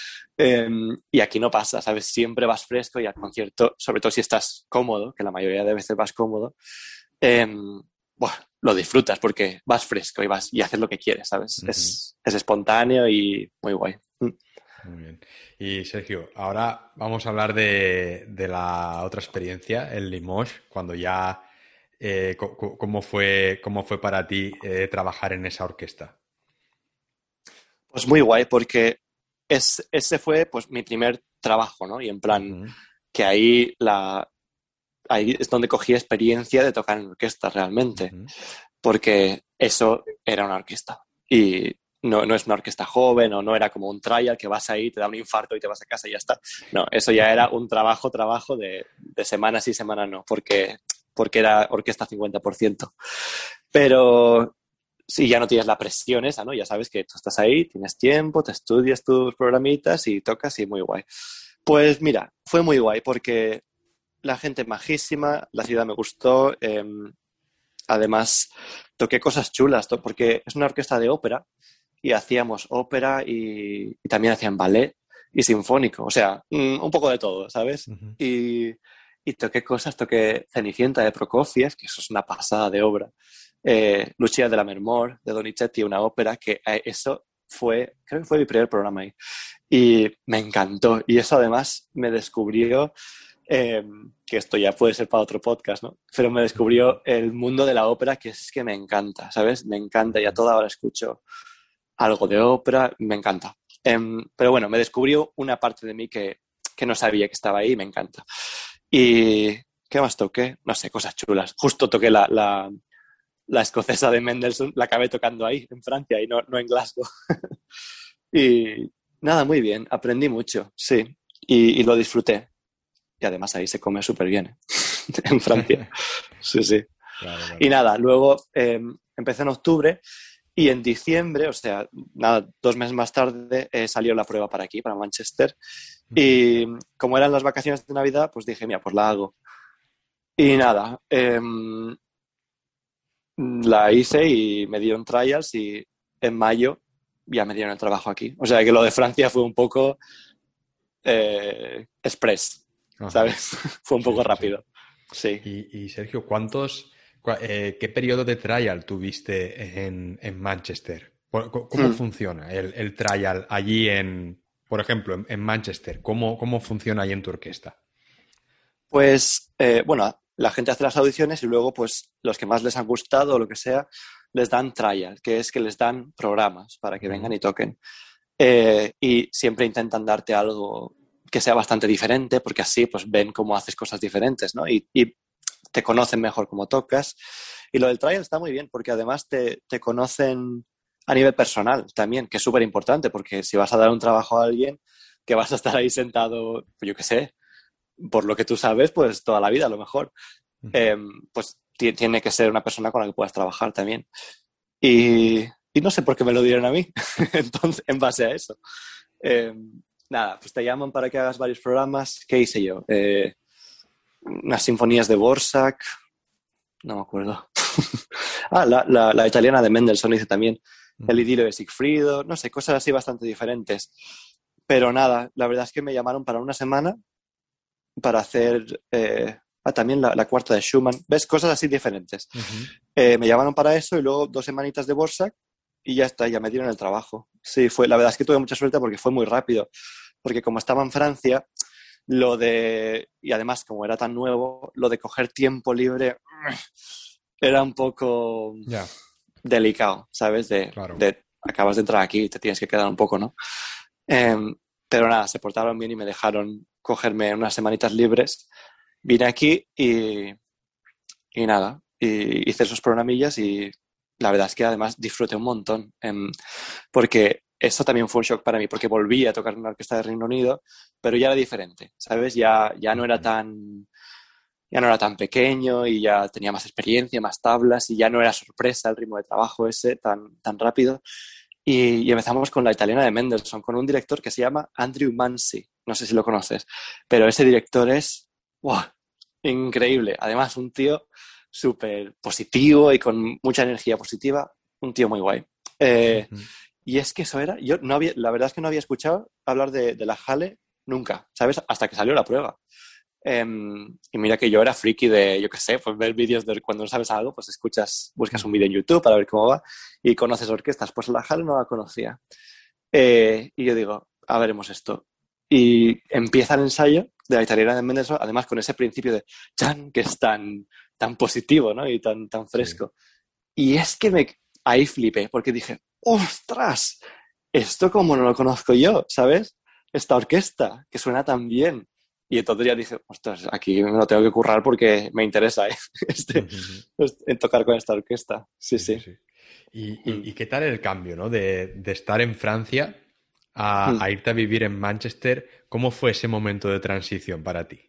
[SPEAKER 2] Y aquí no pasa, ¿sabes? Siempre vas fresco y al concierto, sobre todo si estás cómodo, que la mayoría de veces vas cómodo, eh, buah, lo disfrutas porque vas fresco y haces lo que quieres, ¿sabes?
[SPEAKER 1] Ujú.
[SPEAKER 2] Es espontáneo y muy guay.
[SPEAKER 1] Muy bien. Y Sergio, ahora vamos a hablar de la otra experiencia, el Limoges, cuando ya, cómo fue para ti trabajar en esa orquesta.
[SPEAKER 2] Pues muy guay porque ese fue pues mi primer trabajo, ¿no? Y en plan,
[SPEAKER 1] Ujú.
[SPEAKER 2] que ahí es donde cogí experiencia de tocar en orquesta realmente,
[SPEAKER 1] Ujú.
[SPEAKER 2] porque eso era una orquesta. Y no es una orquesta joven o no era como un trial que vas ahí, te da un infarto y te vas a casa y ya está. No, eso ya era un trabajo de semanas y semanas no, porque era orquesta 50%. Pero sí, ya no tienes la presión esa, ¿no? Ya sabes que tú estás ahí, tienes tiempo, te estudias tus programitas y tocas y muy guay. Pues mira, fue muy guay porque la gente majísima, la ciudad me gustó. Además, toqué cosas chulas, porque es una orquesta de ópera y hacíamos ópera y también hacían ballet y sinfónico. O sea, un poco de todo, ¿sabes?
[SPEAKER 1] Ujú.
[SPEAKER 2] Y toqué Cenicienta de Prokofiev, que eso es una pasada de obra. Lucia de la Mermor de Donizetti, una ópera que eso creo que fue mi primer programa ahí. Y me encantó. Y eso además me descubrió, eh, que esto ya puede ser para otro podcast, ¿no? Pero me descubrió el mundo de la ópera, que es que me encanta, ¿sabes? Me encanta y a
[SPEAKER 1] Ujú.
[SPEAKER 2] toda hora escucho algo de ópera, me encanta. Pero bueno, me descubrió una parte de mí que no sabía que estaba ahí y me encanta. Y ¿qué más toqué? No sé, cosas chulas. Justo toqué la escocesa de Mendelssohn, la acabé tocando ahí, en Francia, y no en Glasgow. Y nada, muy bien, aprendí mucho, sí, y lo disfruté. Y además ahí se come súper bien, ¿eh? En Francia. Sí, sí.
[SPEAKER 1] Claro,
[SPEAKER 2] Y
[SPEAKER 1] claro.
[SPEAKER 2] nada, luego empecé en octubre y en diciembre, o sea, nada, 2 meses más tarde, salió la prueba para aquí, para Manchester.
[SPEAKER 1] Ujú.
[SPEAKER 2] Y como eran las vacaciones de Navidad, pues dije, mira, pues la hago. Y nada, la hice y me dieron trials y en mayo ya me dieron el trabajo aquí. O sea que lo de Francia fue un poco express,
[SPEAKER 1] Ajá.
[SPEAKER 2] ¿sabes? Fue un
[SPEAKER 1] Sí,
[SPEAKER 2] poco
[SPEAKER 1] sí, sí.
[SPEAKER 2] rápido. Sí.
[SPEAKER 1] Y Sergio, ¿qué periodo de trial tuviste en Manchester? ¿Cómo
[SPEAKER 2] Hmm.
[SPEAKER 1] funciona el trial allí por ejemplo, en Manchester? ¿Cómo funciona ahí en tu orquesta?
[SPEAKER 2] Pues, bueno, la gente hace las audiciones y luego, pues, los que más les han gustado o lo que sea, les dan trial, que es que les dan programas para que vengan
[SPEAKER 1] Ujú.
[SPEAKER 2] y toquen. Y siempre intentan darte algo que sea bastante diferente, porque así, pues, ven cómo haces cosas diferentes, ¿no? Y te conocen mejor cómo tocas. Y lo del trial está muy bien, porque además te conocen a nivel personal también, que es súper importante, porque si vas a dar un trabajo a alguien, que vas a estar ahí sentado, yo qué sé, por lo que tú sabes, pues toda la vida a lo mejor,
[SPEAKER 1] Ujú.
[SPEAKER 2] eh, pues tiene que ser una persona con la que puedas trabajar también. Y, y no sé por qué me lo dieron a mí, entonces, en base a eso. Eh, nada, pues te llaman para que hagas varios programas. ¿Qué hice yo? Unas sinfonías de Borsak, no me acuerdo. La italiana de Mendelssohn hice también. El
[SPEAKER 1] Ujú.
[SPEAKER 2] idilio de Sigfrido, no sé, cosas así bastante diferentes. Pero nada, la verdad es que me llamaron para una semana para hacer también la cuarta de Schumann. ¿Ves? Cosas así diferentes.
[SPEAKER 1] Ujú.
[SPEAKER 2] Me llamaron para eso y luego 2 semanitas de Borsak y ya está, ya me dieron el trabajo. Sí, la verdad es que tuve mucha suerte porque fue muy rápido. Porque como estaba en Francia, y además como era tan nuevo, lo de coger tiempo libre era un poco
[SPEAKER 1] Ya,
[SPEAKER 2] delicado, ¿sabes?
[SPEAKER 1] claro.
[SPEAKER 2] Acabas de entrar aquí y te tienes que quedar un poco, ¿no? Eh, pero nada, se portaron bien y me dejaron cogerme unas semanitas libres. Vine aquí y nada, y hice esos programillas y la verdad es que además disfruté un montón, porque eso también fue un shock para mí, porque volví a tocar en una orquesta de Reino Unido, pero ya era diferente, ¿sabes? Ya no era
[SPEAKER 1] Ujú.
[SPEAKER 2] tan pequeño y ya tenía más experiencia, más tablas y ya no era sorpresa el ritmo de trabajo ese tan rápido. Y empezamos con la italiana de Mendelssohn, con un director que se llama Andrew Mansi. No sé si lo conoces, pero ese director es ¡wow! Increíble. Además, un tío súper positivo y con mucha energía positiva. Un tío muy guay. Eh,
[SPEAKER 1] Ujú.
[SPEAKER 2] y es que eso era, yo no había, la verdad es que no había escuchado hablar de la Jale nunca, ¿sabes? Hasta que salió la prueba. Y mira que yo era friki de, yo qué sé, pues ver vídeos de cuando no sabes algo, pues buscas un
[SPEAKER 1] Ujú.
[SPEAKER 2] vídeo en YouTube para ver cómo va y conoces orquestas. Pues la Jale no la conocía. Y yo digo, a veremos esto. Y empieza el ensayo de la italiana de Mendelssohn, además con ese principio de chan, que es tan positivo, ¿no? Y tan
[SPEAKER 1] Sí.
[SPEAKER 2] fresco. Y es que ahí flipé, porque dije, ¡ostras! Esto como no lo conozco yo, ¿sabes? Esta orquesta, que suena tan bien. Y entonces ya dije, ostras, aquí me lo tengo que currar porque me interesa, ¿eh?
[SPEAKER 1] Ujú.
[SPEAKER 2] En tocar con esta orquesta. Sí,
[SPEAKER 1] Sí, sí,
[SPEAKER 2] sí.
[SPEAKER 1] sí. ¿Y,
[SPEAKER 2] Mm,
[SPEAKER 1] y qué tal el cambio, ¿no? De estar en Francia
[SPEAKER 2] mm.
[SPEAKER 1] a irte a vivir en Manchester? ¿Cómo fue ese momento de transición para ti?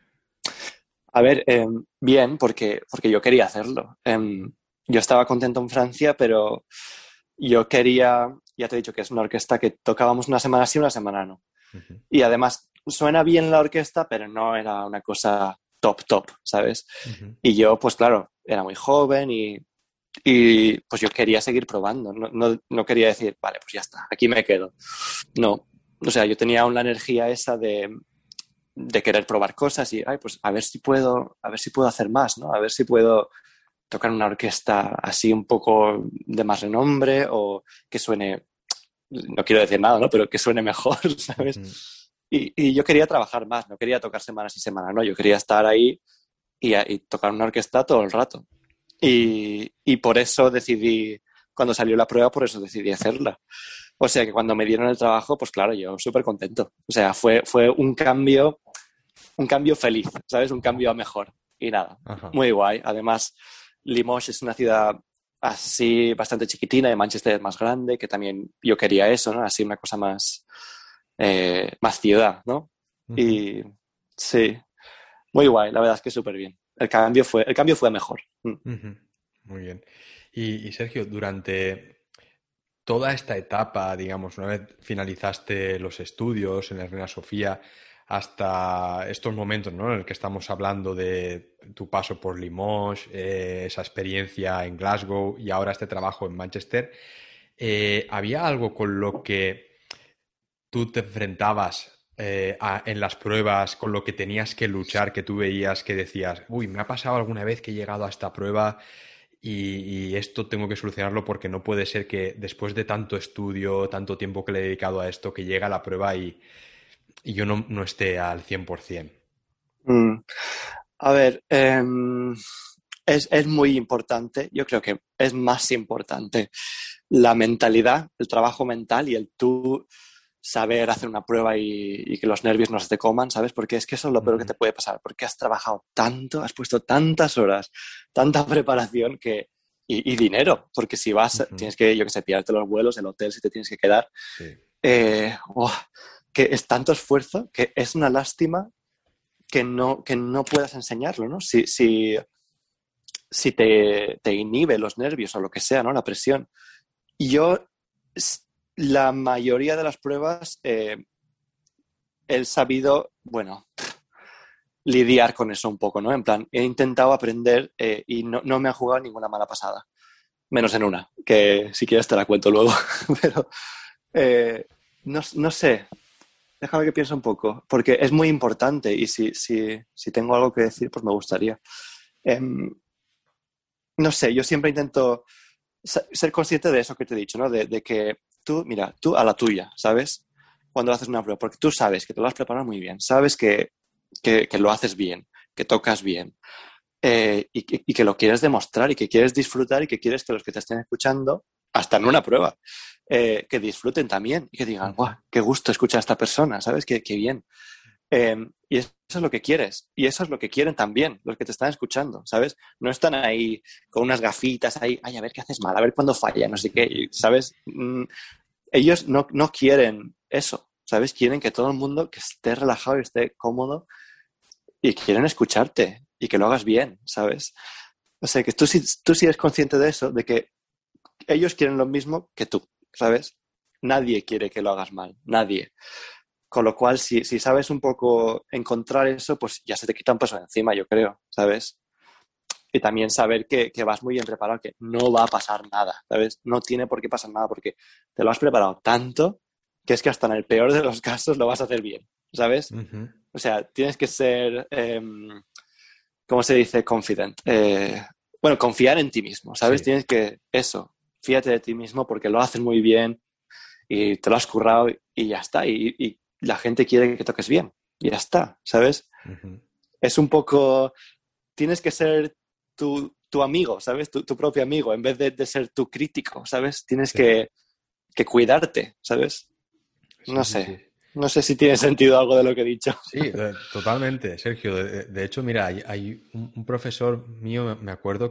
[SPEAKER 2] A ver, bien, porque yo quería hacerlo. Yo estaba contento en Francia, pero yo quería, ya te he dicho que es una orquesta que tocábamos una semana sí, una semana no.
[SPEAKER 1] Ujú.
[SPEAKER 2] Y además suena bien la orquesta, pero no era una cosa top, ¿sabes?
[SPEAKER 1] Ujú.
[SPEAKER 2] Y yo, pues claro, era muy joven y pues yo quería seguir probando. No quería decir, vale, pues ya está, aquí me quedo. No. O sea, yo tenía aún la energía esa de querer probar cosas y, ay, pues a ver si puedo hacer más, ¿no? A ver si puedo tocar una orquesta así un poco de más renombre o que suene, no quiero decir nada, ¿no? Pero que suene mejor, ¿sabes?
[SPEAKER 1] Ujú.
[SPEAKER 2] Y yo quería trabajar más, no quería tocar semanas y semanas, ¿no? Yo quería estar ahí y tocar una orquesta todo el rato.
[SPEAKER 1] Ujú.
[SPEAKER 2] Y por eso decidí, cuando salió la prueba, por eso decidí hacerla. O sea que cuando me dieron el trabajo, pues claro, yo súper contento. O sea, fue un cambio feliz, ¿sabes? Un cambio a mejor. y nada,
[SPEAKER 1] Ajá.
[SPEAKER 2] muy guay. Además, Limoges es una ciudad así bastante chiquitina y Manchester es más grande, que también yo quería eso, ¿no? Así una cosa más, más ciudad, ¿no?
[SPEAKER 1] Ujú,
[SPEAKER 2] Y sí, muy guay, la verdad es que súper bien. El cambio fue mejor. Mm.
[SPEAKER 1] ujú. Muy bien. Y Sergio, durante toda esta etapa, digamos, una vez finalizaste los estudios en la Reina Sofía, hasta estos momentos, ¿no? En el que estamos hablando de tu paso por Limoges, esa experiencia en Glasgow y ahora este trabajo en Manchester, ¿había algo con lo que tú te enfrentabas en las pruebas, con lo que tenías que luchar, que tú veías que decías, uy, me ha pasado alguna vez que he llegado a esta prueba y esto tengo que solucionarlo porque no puede ser que después de tanto estudio, tanto tiempo que le he dedicado a esto, que llega la prueba y yo no esté al 100%?
[SPEAKER 2] Mm. A ver, es muy importante, yo creo que es más importante la mentalidad, el trabajo mental y el tú saber hacer una prueba y que los nervios no se te coman, ¿sabes? Porque es que eso es lo peor que
[SPEAKER 1] Ujú,
[SPEAKER 2] te puede pasar, porque has trabajado tanto, has puesto tantas horas, tanta preparación y dinero, porque si vas,
[SPEAKER 1] ujú.
[SPEAKER 2] tienes que, yo qué sé, pillarte los vuelos, el hotel, si te tienes que quedar,
[SPEAKER 1] Sí.
[SPEAKER 2] eh, oh, que es tanto esfuerzo que es una lástima que no puedas enseñarlo, ¿no? Si te inhibe los nervios o lo que sea, ¿no? La presión. Y yo, la mayoría de las pruebas, he sabido, bueno, lidiar con eso un poco, ¿no? En plan, he intentado aprender y no me ha jugado ninguna mala pasada. Menos en una, que si quieres te la cuento luego. Pero no sé, déjame que piense un poco, porque es muy importante y si tengo algo que decir, pues me gustaría. Em, no sé, yo siempre intento ser consciente de eso que te he dicho, ¿no? De que tú, mira, tú a la tuya, ¿sabes? Cuando haces una prueba, porque tú sabes que te lo has preparado muy bien, sabes que lo haces bien, que tocas bien, y que lo quieres demostrar y que quieres disfrutar y que quieres que los que te estén escuchando, hasta en una prueba, que disfruten también y que digan, ¡guau!
[SPEAKER 1] Ujú.
[SPEAKER 2] ¡Qué gusto escuchar a esta persona! ¿Sabes? Qué bien. Y eso es lo que quieres. Y eso es lo que quieren también los que te están escuchando, ¿sabes? No están ahí con unas gafitas ahí, ay, a ver qué haces mal, a ver cuándo falla, no sé qué, ¿sabes? Ellos no quieren eso, ¿sabes? Quieren que todo el mundo que esté relajado y esté cómodo y quieren escucharte y que lo hagas bien, ¿sabes? O sea, que tú sí eres consciente de eso, de que ellos quieren lo mismo que tú, ¿sabes? Nadie quiere que lo hagas mal, nadie. Con lo cual, si sabes un poco encontrar eso, pues ya se te quita un peso de encima, yo creo, ¿sabes? Y también saber que vas muy bien preparado, que no va a pasar nada, ¿sabes? No tiene por qué pasar nada porque te lo has preparado tanto que es que hasta en el peor de los casos lo vas a hacer bien, ¿sabes?
[SPEAKER 1] Ujú.
[SPEAKER 2] O sea, tienes que ser, ¿cómo se dice? Confident. Bueno, confiar en ti mismo, ¿sabes?
[SPEAKER 1] Sí.
[SPEAKER 2] Tienes que, eso, fíjate de ti mismo porque lo haces muy bien y te lo has currado y ya está. Y la gente quiere que toques bien y ya está, ¿sabes?
[SPEAKER 1] Ujú.
[SPEAKER 2] Es un poco, tienes que ser tu amigo, ¿sabes? Tu propio amigo, en vez de ser tu crítico, ¿sabes? Tienes
[SPEAKER 1] Sí.
[SPEAKER 2] que cuidarte, ¿sabes?
[SPEAKER 1] Sí,
[SPEAKER 2] No
[SPEAKER 1] sí,
[SPEAKER 2] sé.
[SPEAKER 1] sí.
[SPEAKER 2] No sé si tiene sentido algo de lo que he dicho.
[SPEAKER 1] Sí, totalmente, Sergio. De hecho, mira, hay un profesor mío, me acuerdo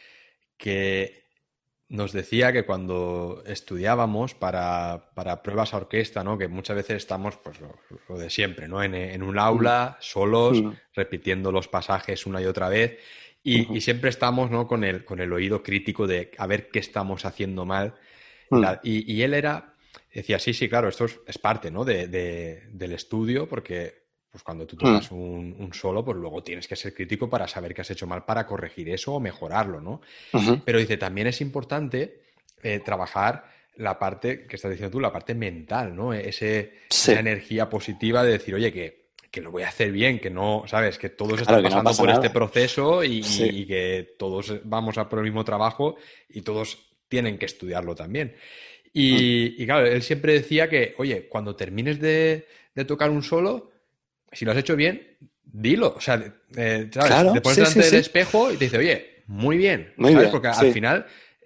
[SPEAKER 1] que nos decía que cuando estudiábamos para pruebas a orquesta, ¿no? Que muchas veces estamos, pues lo de siempre, ¿no? En un
[SPEAKER 2] Mm,
[SPEAKER 1] aula, solos,
[SPEAKER 2] mm,
[SPEAKER 1] repitiendo los pasajes una y otra vez, y
[SPEAKER 2] mm,
[SPEAKER 1] siempre estamos, ¿no? Con el oído crítico de a ver qué estamos haciendo mal y
[SPEAKER 2] mm,
[SPEAKER 1] tal. Y él decía, sí, sí, claro, esto es parte, ¿no? Del estudio, porque pues cuando tú
[SPEAKER 2] mm,
[SPEAKER 1] tocas un solo, pues luego tienes que ser crítico para saber qué has hecho mal para corregir eso o mejorarlo, ¿no?
[SPEAKER 2] ujú.
[SPEAKER 1] Pero dice, también es importante trabajar la parte que estás diciendo tú, la parte mental, ¿no? Esa
[SPEAKER 2] Sí,
[SPEAKER 1] energía positiva de decir, oye, que lo voy a hacer bien, que no, ¿sabes? Que todos están
[SPEAKER 2] claro que no
[SPEAKER 1] pasando
[SPEAKER 2] pasa
[SPEAKER 1] por este
[SPEAKER 2] nada.
[SPEAKER 1] proceso
[SPEAKER 2] Sí.
[SPEAKER 1] y que todos vamos a por el mismo trabajo y todos tienen que estudiarlo también.
[SPEAKER 2] Mm.
[SPEAKER 1] Y claro, él siempre decía que, oye, cuando termines de tocar un solo, si lo has hecho bien, dilo. O sea, ¿sabes?
[SPEAKER 2] Claro,
[SPEAKER 1] Te pones
[SPEAKER 2] sí, sí,
[SPEAKER 1] delante del
[SPEAKER 2] sí.
[SPEAKER 1] espejo y te dice, oye, muy bien,
[SPEAKER 2] Muy
[SPEAKER 1] ¿sabes?
[SPEAKER 2] bien,
[SPEAKER 1] Porque al
[SPEAKER 2] sí.
[SPEAKER 1] final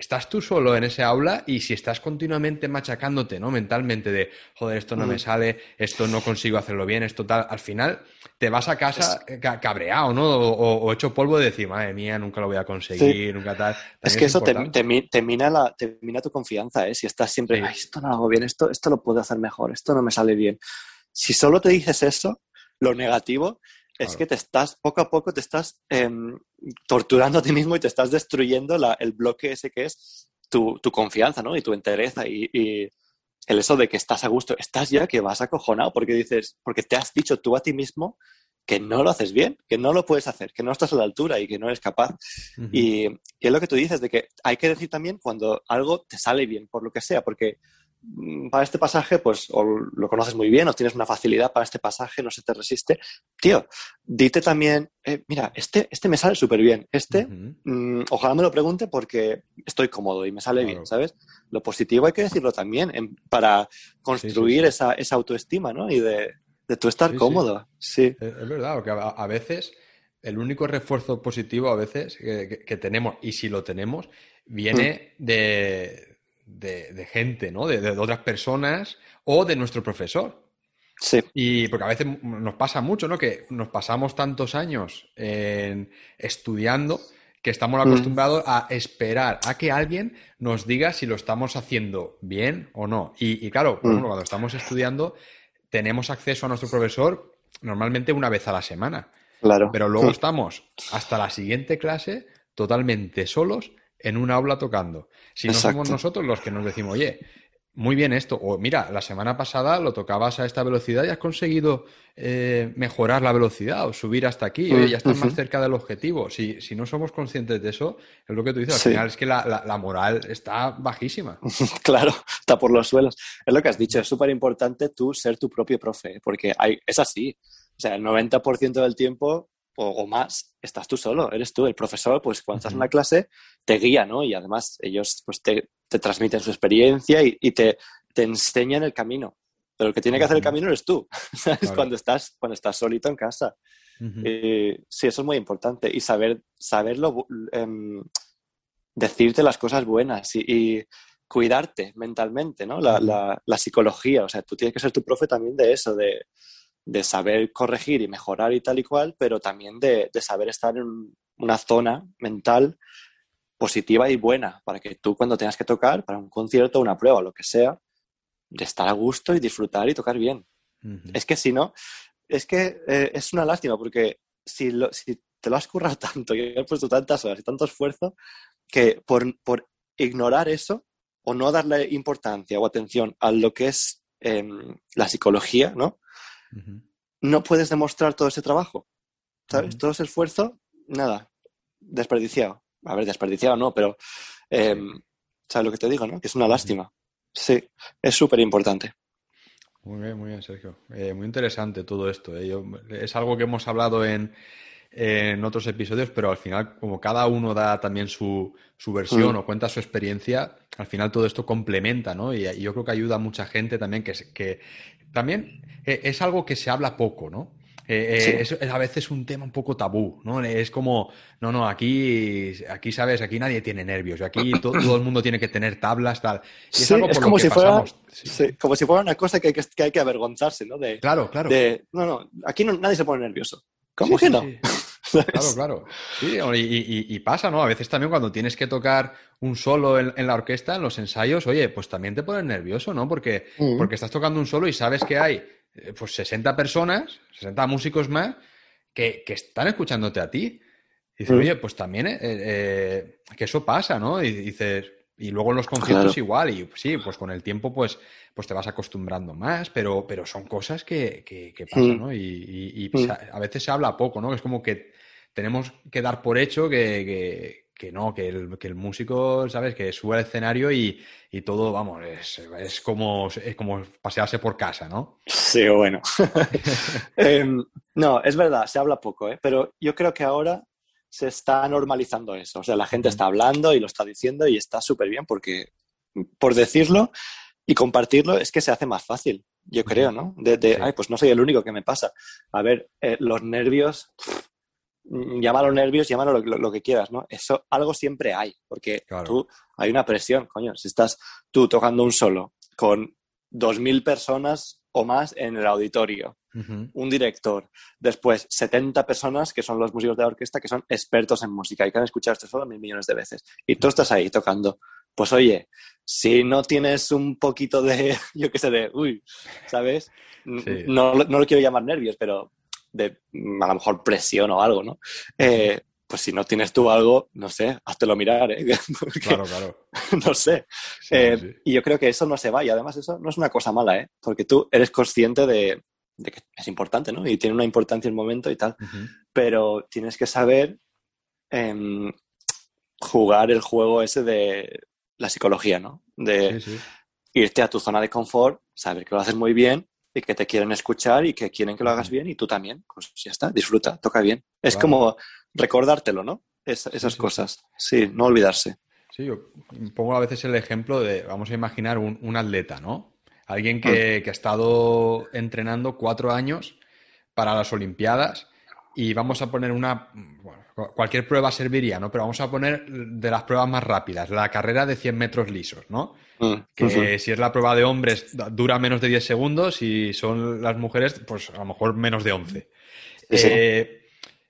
[SPEAKER 1] estás tú solo en ese aula y si estás continuamente machacándote, ¿no? Mentalmente de, joder, esto no me sale, esto no consigo hacerlo bien, esto tal, al final te vas a casa cabreado, ¿no? O hecho polvo de decir, madre mía, nunca lo voy a conseguir,
[SPEAKER 2] Sí.
[SPEAKER 1] nunca tal.
[SPEAKER 2] Es
[SPEAKER 1] También
[SPEAKER 2] que
[SPEAKER 1] es
[SPEAKER 2] eso
[SPEAKER 1] importante.
[SPEAKER 2] te mina tu confianza, ¿eh? Si estás siempre, ay,
[SPEAKER 1] Sí,
[SPEAKER 2] esto no lo hago bien, esto lo puedo hacer mejor, esto no me sale bien. Si solo te dices eso, lo negativo es que
[SPEAKER 1] claro.
[SPEAKER 2] te estás, poco a poco te estás torturando a ti mismo y te estás destruyendo el bloque ese que es tu confianza, ¿no? Y tu entereza y el eso de que estás a gusto, estás ya que vas acojonado porque dices, porque te has dicho tú a ti mismo que no lo haces bien, que no lo puedes hacer, que no estás a la altura y que no eres capaz.
[SPEAKER 1] Ujú.
[SPEAKER 2] Y es lo que tú dices, de que hay que decir también cuando algo te sale bien, por lo que sea, porque para este pasaje, pues o lo conoces muy bien o tienes una facilidad para este pasaje, no se te resiste. Tío, dite también, mira, este me sale súper bien,
[SPEAKER 1] Ujú.
[SPEAKER 2] ojalá me lo pregunte porque estoy cómodo y me sale bien,
[SPEAKER 1] Claro.
[SPEAKER 2] ¿sabes? Lo positivo hay que decirlo también para
[SPEAKER 1] Sí, sí,
[SPEAKER 2] construir
[SPEAKER 1] sí.
[SPEAKER 2] esa autoestima, ¿no? Y de tú estar
[SPEAKER 1] Sí, sí.
[SPEAKER 2] cómodo, sí.
[SPEAKER 1] Es verdad, porque a veces el único refuerzo positivo a veces que tenemos, y si lo tenemos,
[SPEAKER 2] Mm,
[SPEAKER 1] viene de gente, ¿no? De otras personas o de nuestro profesor.
[SPEAKER 2] sí.
[SPEAKER 1] Y porque a veces nos pasa mucho, ¿no? Que nos pasamos tantos años estudiando que estamos
[SPEAKER 2] Mm,
[SPEAKER 1] acostumbrados a esperar a que alguien nos diga si lo estamos haciendo bien o no. Y claro, por
[SPEAKER 2] mm,
[SPEAKER 1] ejemplo, cuando estamos estudiando, tenemos acceso a nuestro profesor normalmente una vez a la semana,
[SPEAKER 2] claro.
[SPEAKER 1] pero luego
[SPEAKER 2] Mm,
[SPEAKER 1] estamos hasta la siguiente clase totalmente solos en un aula tocando. Si no somos
[SPEAKER 2] exacto.
[SPEAKER 1] nosotros los que nos decimos, oye, muy bien esto, o mira, la semana pasada lo tocabas a esta velocidad y has conseguido mejorar la velocidad o subir hasta aquí, oye,
[SPEAKER 2] Mm,
[SPEAKER 1] ya estás más
[SPEAKER 2] ujú.
[SPEAKER 1] cerca del objetivo. Si no somos conscientes de eso, es lo que tú dices, al
[SPEAKER 2] Sí.
[SPEAKER 1] final es que la moral está bajísima.
[SPEAKER 2] Claro, está por los suelos. Es lo que has dicho, es súper importante tú ser tu propio profe, porque es así. O sea, el 90% del tiempo o más estás tú solo, eres tú. El profesor, pues cuando estás en la
[SPEAKER 1] Ujú.
[SPEAKER 2] clase, te guía, ¿no? Y además ellos pues te transmiten su experiencia y te enseñan el camino. Pero el que tiene que hacer el
[SPEAKER 1] Ujú.
[SPEAKER 2] camino eres tú, ¿sabes?
[SPEAKER 1] Claro.
[SPEAKER 2] Cuando estás solito en casa.
[SPEAKER 1] Ujú.
[SPEAKER 2] Sí, eso es muy importante. Y saberlo, decirte las cosas buenas y cuidarte mentalmente, ¿no?
[SPEAKER 1] Ujú.
[SPEAKER 2] La psicología, o sea, tú tienes que ser tu profe también de eso, de saber corregir y mejorar y tal y cual, pero también de saber estar en una zona mental positiva y buena para que tú cuando tengas que tocar, para un concierto, una prueba, lo que sea, de estar a gusto y disfrutar y tocar bien.
[SPEAKER 1] Ujú.
[SPEAKER 2] Es que si no, es que es una lástima porque si te lo has currado tanto y has puesto tantas horas y tanto esfuerzo, que por ignorar eso o no darle importancia o atención a lo que es la psicología, ¿no?
[SPEAKER 1] Ujú.
[SPEAKER 2] No puedes demostrar todo ese trabajo, ¿sabes?
[SPEAKER 1] Ujú.
[SPEAKER 2] Todo ese esfuerzo, nada, desperdiciado. A ver, desperdiciado no, pero eh,
[SPEAKER 1] Sí.
[SPEAKER 2] ¿sabes lo que te digo, no? Que es una
[SPEAKER 1] Ujú.
[SPEAKER 2] lástima. Sí, es súper importante.
[SPEAKER 1] Muy bien, Sergio. Muy interesante todo esto. Es algo que hemos hablado en otros episodios, pero al final, como cada uno da también su versión
[SPEAKER 2] Mm,
[SPEAKER 1] o cuenta su experiencia, al final todo esto complementa, ¿no? Y yo creo que ayuda a mucha gente también que también es algo que se habla poco, ¿no?
[SPEAKER 2] sí,
[SPEAKER 1] Es a veces un tema un poco tabú, ¿no? Es como, no, aquí sabes, aquí nadie tiene nervios, aquí todo el mundo tiene que tener tablas, tal. Y es
[SPEAKER 2] sí,
[SPEAKER 1] algo
[SPEAKER 2] es
[SPEAKER 1] por lo
[SPEAKER 2] como
[SPEAKER 1] que
[SPEAKER 2] si fuera,
[SPEAKER 1] pasamos. Sí,
[SPEAKER 2] sí, como si fuera una cosa que hay que avergonzarse, ¿no?
[SPEAKER 1] claro, claro.
[SPEAKER 2] No, aquí nadie se pone nervioso. ¿Cómo
[SPEAKER 1] Sí,
[SPEAKER 2] que
[SPEAKER 1] sí,
[SPEAKER 2] no?
[SPEAKER 1] sí. Claro,
[SPEAKER 2] ¿Sabes?
[SPEAKER 1] claro. Sí, y pasa, ¿no? A veces también cuando tienes que tocar un solo en la orquesta, en los ensayos, oye, pues también te pones nervioso, ¿no?
[SPEAKER 2] Mm,
[SPEAKER 1] Porque estás tocando un solo y sabes que hay pues 60 personas, 60 músicos más, que están escuchándote a ti. Y dices,
[SPEAKER 2] mm,
[SPEAKER 1] oye, pues también que eso pasa, ¿no? Y dices, y luego en los conciertos
[SPEAKER 2] claro.
[SPEAKER 1] igual, y sí, pues con el tiempo pues te vas acostumbrando más, pero son cosas que pasan,
[SPEAKER 2] Mm,
[SPEAKER 1] ¿no? Y
[SPEAKER 2] mm,
[SPEAKER 1] a veces se habla poco, ¿no? Es como que tenemos que dar por hecho que no, que el músico, ¿sabes? Que sube al escenario y todo, vamos, es como pasearse por casa, ¿no?
[SPEAKER 2] sí, bueno. No, es verdad, se habla poco, ¿eh? Pero yo creo que ahora se está normalizando eso. O sea, la gente
[SPEAKER 1] Ujú.
[SPEAKER 2] está hablando y lo está diciendo y está súper bien porque por decirlo y compartirlo es que se hace más fácil, yo creo,
[SPEAKER 1] Ujú.
[SPEAKER 2] ¿no?
[SPEAKER 1] Sí.
[SPEAKER 2] Ay, pues no soy el único que me pasa. A ver, los nervios llámalo nervios, llámalo lo que quieras, ¿no? Eso, algo siempre hay, porque
[SPEAKER 1] Claro.
[SPEAKER 2] hay una presión, coño. Si estás tú tocando un solo con 2.000 personas o más en el auditorio,
[SPEAKER 1] Ujú.
[SPEAKER 2] un director, después 70 personas que son los músicos de la orquesta que son expertos en música y que han escuchado este solo 1.000 millones de veces. Y tú estás ahí tocando. Pues oye, si no tienes un poquito de, yo qué sé, ¿sabes?
[SPEAKER 1] Sí.
[SPEAKER 2] No lo quiero llamar nervios, pero de a lo mejor presión o algo, ¿no?
[SPEAKER 1] Ujú.
[SPEAKER 2] Pues si no tienes tú algo, no sé, háztelo mirar, ¿eh? Porque,
[SPEAKER 1] Claro, claro.
[SPEAKER 2] no sé.
[SPEAKER 1] Sí, sí, sí.
[SPEAKER 2] Y yo creo que eso no se va. Y además eso no es una cosa mala, ¿eh? Porque tú eres consciente de que es importante, ¿no? Y tiene una importancia el momento y tal.
[SPEAKER 1] Ujú.
[SPEAKER 2] Pero tienes que saber em, jugar el juego ese de la psicología, ¿no? De
[SPEAKER 1] Sí, sí.
[SPEAKER 2] irte a tu zona de confort, saber que lo haces muy bien y que te quieren escuchar y que quieren que lo hagas
[SPEAKER 1] Ujú.
[SPEAKER 2] bien y tú también. Pues ya está, disfruta, toca bien. Es
[SPEAKER 1] Claro.
[SPEAKER 2] como recordártelo, ¿no?
[SPEAKER 1] Sí,
[SPEAKER 2] Esas
[SPEAKER 1] sí, sí.
[SPEAKER 2] cosas. Sí, no olvidarse.
[SPEAKER 1] Sí, yo pongo a veces el ejemplo de, vamos a imaginar un atleta, ¿no? Alguien
[SPEAKER 2] Mm,
[SPEAKER 1] que ha estado entrenando 4 años para las Olimpiadas y vamos a poner bueno, cualquier prueba serviría, ¿no? Pero vamos a poner de las pruebas más rápidas, la carrera de 100 metros lisos, ¿no?
[SPEAKER 2] ujú.
[SPEAKER 1] Que si es la prueba de hombres dura menos de 10 segundos y son las mujeres, pues a lo mejor menos de 11.
[SPEAKER 2] Sí, sí.
[SPEAKER 1] Eh,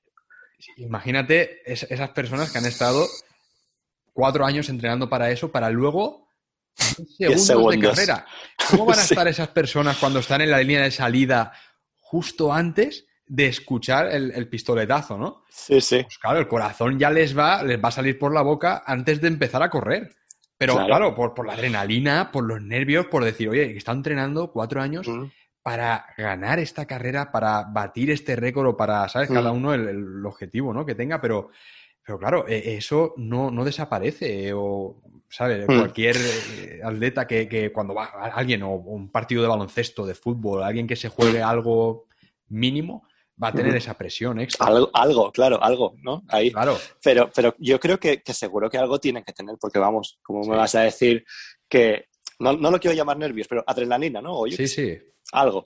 [SPEAKER 1] Imagínate esas personas que han estado 4 años entrenando para eso, para luego 10
[SPEAKER 2] 10
[SPEAKER 1] segundos de
[SPEAKER 2] segundos.
[SPEAKER 1] carrera. ¿Cómo van a
[SPEAKER 2] Sí,
[SPEAKER 1] estar esas personas cuando están en la línea de salida justo antes de escuchar el pistoletazo, ¿no?
[SPEAKER 2] sí, sí.
[SPEAKER 1] Pues claro, el corazón ya les va a salir por la boca antes de empezar a correr. Pero
[SPEAKER 2] Claro.
[SPEAKER 1] claro, por la adrenalina, por los nervios, por decir, oye, está entrenando 4 años
[SPEAKER 2] Mm,
[SPEAKER 1] para ganar esta carrera, para batir este récord o para, ¿sabes? Cada
[SPEAKER 2] mm,
[SPEAKER 1] uno el objetivo, ¿no? Que tenga, pero claro, eso no desaparece. O, ¿sabes?
[SPEAKER 2] mm,
[SPEAKER 1] Cualquier atleta que cuando va a alguien o un partido de baloncesto, de fútbol, alguien que se juegue
[SPEAKER 2] mm,
[SPEAKER 1] algo mínimo, va a tener
[SPEAKER 2] ujú.
[SPEAKER 1] esa presión extra.
[SPEAKER 2] Algo, claro, algo, ¿no? Ahí.
[SPEAKER 1] Claro,
[SPEAKER 2] Pero yo creo que seguro que algo tienen que tener, porque vamos, ¿cómo me
[SPEAKER 1] sí,
[SPEAKER 2] vas a decir que, no lo quiero llamar nervios, pero adrenalina, ¿no? O yo qué
[SPEAKER 1] sí,
[SPEAKER 2] sé,
[SPEAKER 1] sí.
[SPEAKER 2] algo.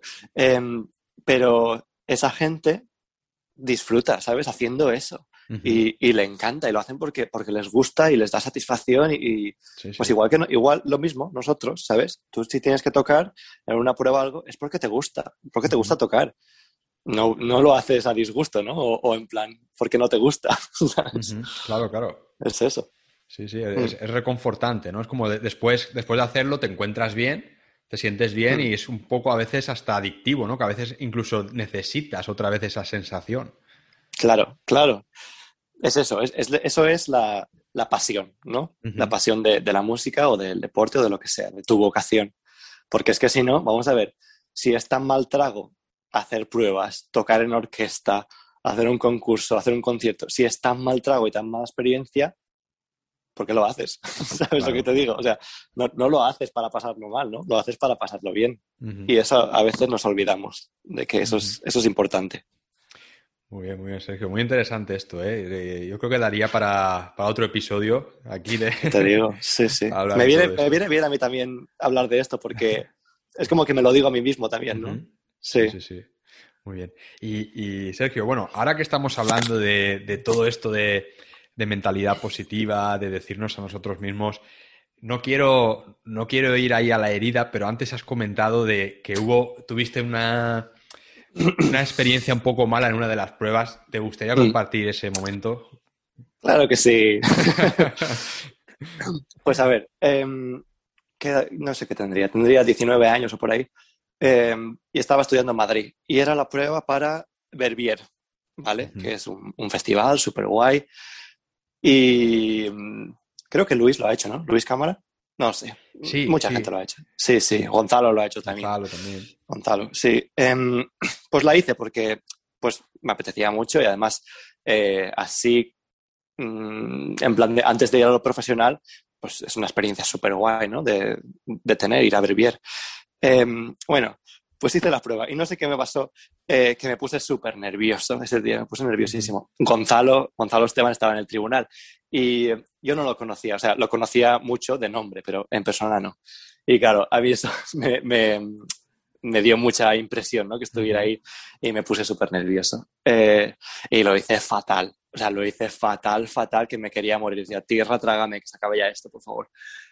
[SPEAKER 2] Pero esa gente disfruta, ¿sabes? Haciendo eso.
[SPEAKER 1] Ujú.
[SPEAKER 2] Y le encanta y lo hacen porque les gusta y les da satisfacción
[SPEAKER 1] Sí,
[SPEAKER 2] pues
[SPEAKER 1] sí.
[SPEAKER 2] igual que igual lo mismo nosotros, ¿sabes? Tú si tienes que tocar en una prueba algo es porque te gusta
[SPEAKER 1] Ujú.
[SPEAKER 2] tocar. No lo haces a disgusto, ¿no? O en plan, porque no te gusta, ¿sabes?
[SPEAKER 1] Ujú. Claro, claro.
[SPEAKER 2] Es eso.
[SPEAKER 1] Sí, sí,
[SPEAKER 2] Mm,
[SPEAKER 1] es reconfortante, ¿no? Es como después de hacerlo te encuentras bien, te sientes bien
[SPEAKER 2] mm.
[SPEAKER 1] y es un poco a veces hasta adictivo, ¿no? Que a veces incluso necesitas otra vez esa sensación.
[SPEAKER 2] Claro, claro. Es eso, eso es la pasión, ¿no? La
[SPEAKER 1] Ujú.
[SPEAKER 2] pasión de la música o del deporte o de lo que sea, de tu vocación. Porque es que si no, vamos a ver, si es tan mal trago hacer pruebas, tocar en orquesta, hacer un concurso, hacer un concierto, si es tan mal trago y tan mala experiencia, ¿por qué lo haces? ¿Sabes lo que
[SPEAKER 1] Claro.
[SPEAKER 2] te digo? O sea, no lo haces para pasarlo mal, ¿no? Lo haces para pasarlo bien.
[SPEAKER 1] Ujú.
[SPEAKER 2] Y eso a veces nos olvidamos de que
[SPEAKER 1] Ujú.
[SPEAKER 2] eso es importante.
[SPEAKER 1] Muy bien, Sergio. Muy interesante esto, ¿eh? Yo creo que daría para otro episodio aquí de
[SPEAKER 2] ¿Qué te digo? Sí, sí.
[SPEAKER 1] hablar de todo
[SPEAKER 2] Me
[SPEAKER 1] esto.
[SPEAKER 2] viene bien a mí también hablar de esto porque es como que me lo digo a mí mismo también, ¿no?
[SPEAKER 1] Ujú. Sí,
[SPEAKER 2] Sí.
[SPEAKER 1] sí, sí. Muy bien. Y Sergio, bueno, ahora que estamos hablando de todo esto de mentalidad positiva, de decirnos a nosotros mismos, no quiero ir ahí a la herida, pero antes has comentado de que tuviste una experiencia un poco mala en una de las pruebas. ¿Te gustaría
[SPEAKER 2] Mm,
[SPEAKER 1] compartir ese momento?
[SPEAKER 2] claro que sí. Pues a ver, no sé qué tendría 19 años o por ahí, y estaba estudiando en Madrid y era la prueba para Verbier, ¿vale?
[SPEAKER 1] Ujú.
[SPEAKER 2] Que es un festival súper guay y creo que Luis lo ha hecho, ¿no? Luis Cámara, no sé,
[SPEAKER 1] Sí,
[SPEAKER 2] mucha gente lo
[SPEAKER 1] sí.
[SPEAKER 2] ha hecho. Sí, sí, Gonzalo lo ha hecho también.
[SPEAKER 1] Gonzalo también.
[SPEAKER 2] Gonzalo, sí. Pues la hice porque pues me apetecía mucho y además así en plan de antes de ir a lo profesional, pues es una experiencia súper guay, ¿no? De tener, ir a Verbier. Bueno, pues hice la prueba y no sé qué me pasó, que me puse súper nervioso ese día, me puse
[SPEAKER 1] Ujú.
[SPEAKER 2] nerviosísimo. Gonzalo Esteban estaba en el tribunal y yo no lo conocía, o sea, lo conocía mucho de nombre, pero en persona no. Y claro, a mí eso me dio mucha impresión, ¿no? Que estuviera ahí y me puse súper nervioso. Y lo hice fatal. O sea, lo hice fatal, fatal, que me quería morir. Decía, tierra, trágame, que se acabe ya esto, por favor.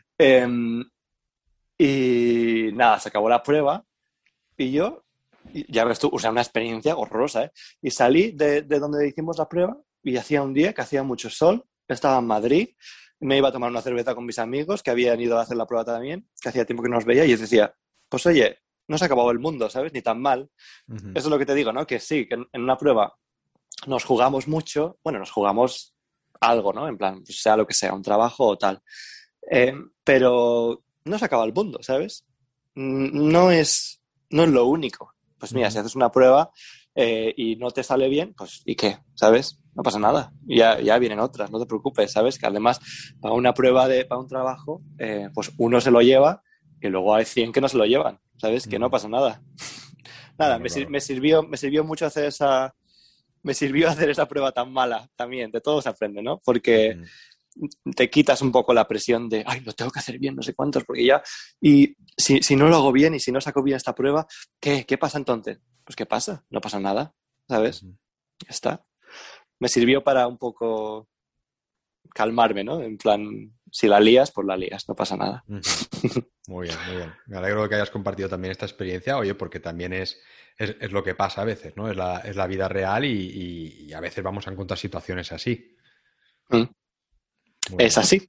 [SPEAKER 2] Y nada, se acabó la prueba y yo, ya ves tú, o sea, una experiencia horrorosa, ¿eh? Y salí de donde hicimos la prueba y hacía un día que hacía mucho sol, estaba en Madrid, me iba a tomar una cerveza con mis amigos que habían ido a hacer la prueba también, que hacía tiempo que no nos veía, y yo decía, pues oye, no se ha acabado el mundo, ¿sabes? Ni tan mal. Eso es lo que te digo, ¿no? Que sí, que en una prueba nos jugamos mucho, bueno, nos jugamos algo, ¿no? En plan, pues sea lo que sea, un trabajo o tal. Pero no se acaba el mundo, ¿sabes? No es lo único. Pues mira, si haces una prueba y no te sale bien, pues ¿y qué? ¿Sabes? No pasa nada. Ya vienen otras, no te preocupes, ¿sabes? Que además para una prueba para un trabajo, pues uno se lo lleva y luego hay 100 que no se lo llevan, ¿sabes? Que no pasa nada. Nada,
[SPEAKER 1] Claro.
[SPEAKER 2] me sirvió mucho hacer esa prueba tan mala también. De todo se aprende, ¿no? Porque te quitas un poco la presión de, ay, lo tengo que hacer bien, no sé cuántos, porque ya... Y si no lo hago bien y si no saco bien esta prueba, ¿qué pasa entonces? Pues ¿qué pasa? No pasa nada, ¿sabes? Ya está. Me sirvió para un poco calmarme, ¿no? En plan, si la lías, pues la lías, no pasa nada.
[SPEAKER 1] Muy bien, muy bien. Me alegro de que hayas compartido también esta experiencia, oye, porque también es lo que pasa a veces, ¿no? Es la vida real y a veces vamos a encontrar situaciones así.
[SPEAKER 2] Mm.
[SPEAKER 1] Muy
[SPEAKER 2] Es
[SPEAKER 1] bien.
[SPEAKER 2] así.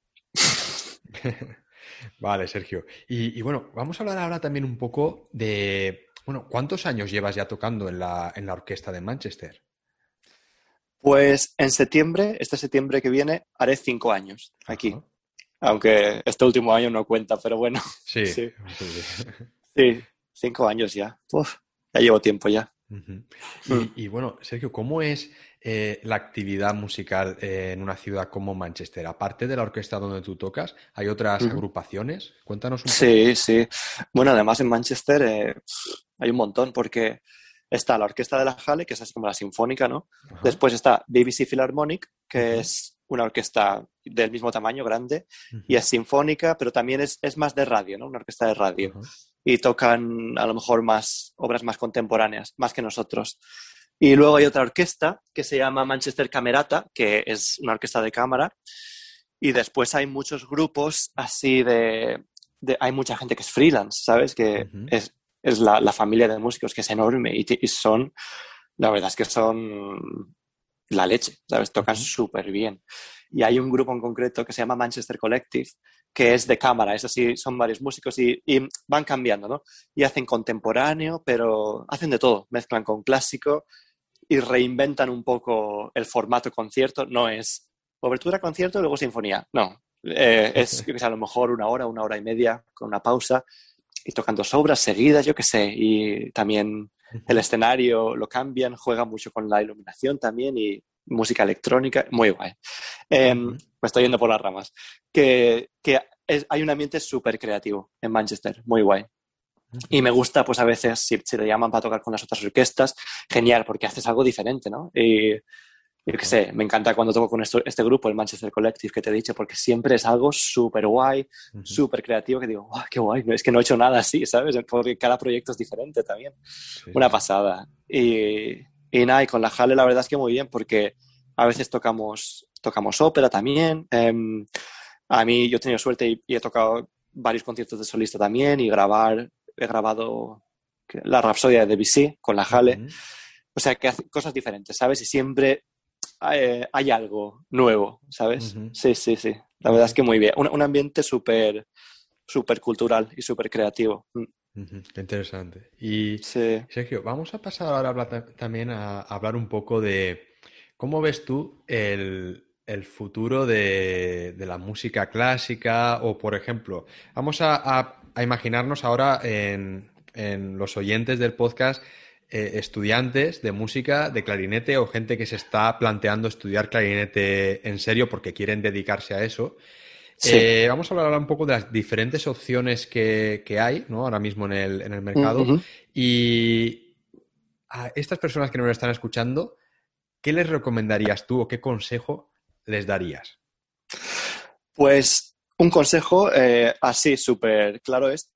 [SPEAKER 1] Vale, Sergio. Y bueno, vamos a hablar ahora también un poco de, bueno, ¿cuántos años llevas ya tocando en la orquesta de Manchester?
[SPEAKER 2] Pues en septiembre, este septiembre que viene, haré 5 años aquí.
[SPEAKER 1] Ajá.
[SPEAKER 2] Aunque este último año no cuenta, pero bueno,
[SPEAKER 1] Sí,
[SPEAKER 2] sí.
[SPEAKER 1] sí, sí.
[SPEAKER 2] Sí, 5 años ya. Uf, ya llevo tiempo ya.
[SPEAKER 1] Ujú.
[SPEAKER 2] Mm.
[SPEAKER 1] Y bueno, Sergio, ¿cómo es la actividad musical en una ciudad como Manchester? Aparte de la orquesta donde tú tocas, ¿hay otras
[SPEAKER 2] Ujú.
[SPEAKER 1] agrupaciones? Cuéntanos un poco.
[SPEAKER 2] Sí, sí. Bueno, además en Manchester hay un montón porque está la Orquesta de la Halle, que es así como la sinfónica, ¿no?
[SPEAKER 1] Ajá.
[SPEAKER 2] Después está BBC Philharmonic, que
[SPEAKER 1] Ujú,
[SPEAKER 2] es una orquesta del mismo tamaño, grande, y
[SPEAKER 1] ujú,
[SPEAKER 2] es sinfónica, pero también es más de radio, ¿no? Una orquesta de radio.
[SPEAKER 1] ajá,
[SPEAKER 2] Y tocan a lo mejor más obras más contemporáneas, más que nosotros. Y luego hay otra orquesta que se llama Manchester Camerata, que es una orquesta de cámara. Y después hay muchos grupos así hay mucha gente que es freelance, ¿sabes? Que
[SPEAKER 1] ujú,
[SPEAKER 2] es la familia de músicos que es enorme y son, la verdad es que son la leche, ¿sabes? Tocan
[SPEAKER 1] ujú,
[SPEAKER 2] súper bien. Y hay un grupo en concreto que se llama Manchester Collective, que es de cámara, es así, son varios músicos y van cambiando, ¿no? Y hacen contemporáneo, pero hacen de todo, mezclan con clásico y reinventan un poco el formato concierto. No es obertura, concierto y luego sinfonía. No, es, yo que sé, a lo mejor una hora y media con una pausa y tocando obras seguidas, yo que sé. Y también el
[SPEAKER 1] ujú,
[SPEAKER 2] escenario lo cambian, juegan mucho con la iluminación también y música electrónica, muy guay.
[SPEAKER 1] ujú,
[SPEAKER 2] Me estoy yendo por las ramas. Hay un ambiente súper creativo en Manchester, muy guay. Y
[SPEAKER 1] ujú.
[SPEAKER 2] me gusta, pues a veces, si te llaman para tocar con las otras orquestas, genial, porque haces algo diferente, ¿no? Y yo qué
[SPEAKER 1] Ajá,
[SPEAKER 2] sé, me encanta cuando toco con este grupo, el Manchester Collective, que te he dicho, porque siempre es algo súper guay,
[SPEAKER 1] ujú.
[SPEAKER 2] súper creativo, que digo, ¡oh, qué guay! No, es que no he hecho nada así, ¿sabes? Porque cada proyecto es diferente también.
[SPEAKER 1] Sí, sí,
[SPEAKER 2] Una
[SPEAKER 1] sí.
[SPEAKER 2] pasada. Y nada, y con la Jale la verdad es que muy bien, porque a veces tocamos ópera también. A mí yo he tenido suerte y he tocado varios conciertos de solista también y he grabado la Rapsodia de Debussy con la Jale.
[SPEAKER 1] Ujú,
[SPEAKER 2] O sea, que hace cosas diferentes, ¿sabes? Y siempre hay algo nuevo, ¿sabes?
[SPEAKER 1] ujú.
[SPEAKER 2] Sí, sí, sí. La
[SPEAKER 1] Sí,
[SPEAKER 2] verdad es
[SPEAKER 1] sí.
[SPEAKER 2] que muy bien. Un ambiente súper, súper cultural y súper creativo.
[SPEAKER 1] Ujú, qué interesante. Y
[SPEAKER 2] Sí.
[SPEAKER 1] Sergio, vamos a pasar ahora a también a hablar un poco de cómo ves tú el futuro de la música clásica o, por ejemplo, vamos a imaginarnos ahora en los oyentes del podcast estudiantes de música, de clarinete o gente que se está planteando estudiar clarinete en serio porque quieren dedicarse a eso.
[SPEAKER 2] Sí.
[SPEAKER 1] Vamos a hablar ahora un poco de las diferentes opciones que hay, ¿no? Ahora mismo en el mercado.
[SPEAKER 2] Ujú.
[SPEAKER 1] Y a estas personas que nos están escuchando, ¿qué les recomendarías tú o qué consejo les darías?
[SPEAKER 2] Pues un consejo así súper claro es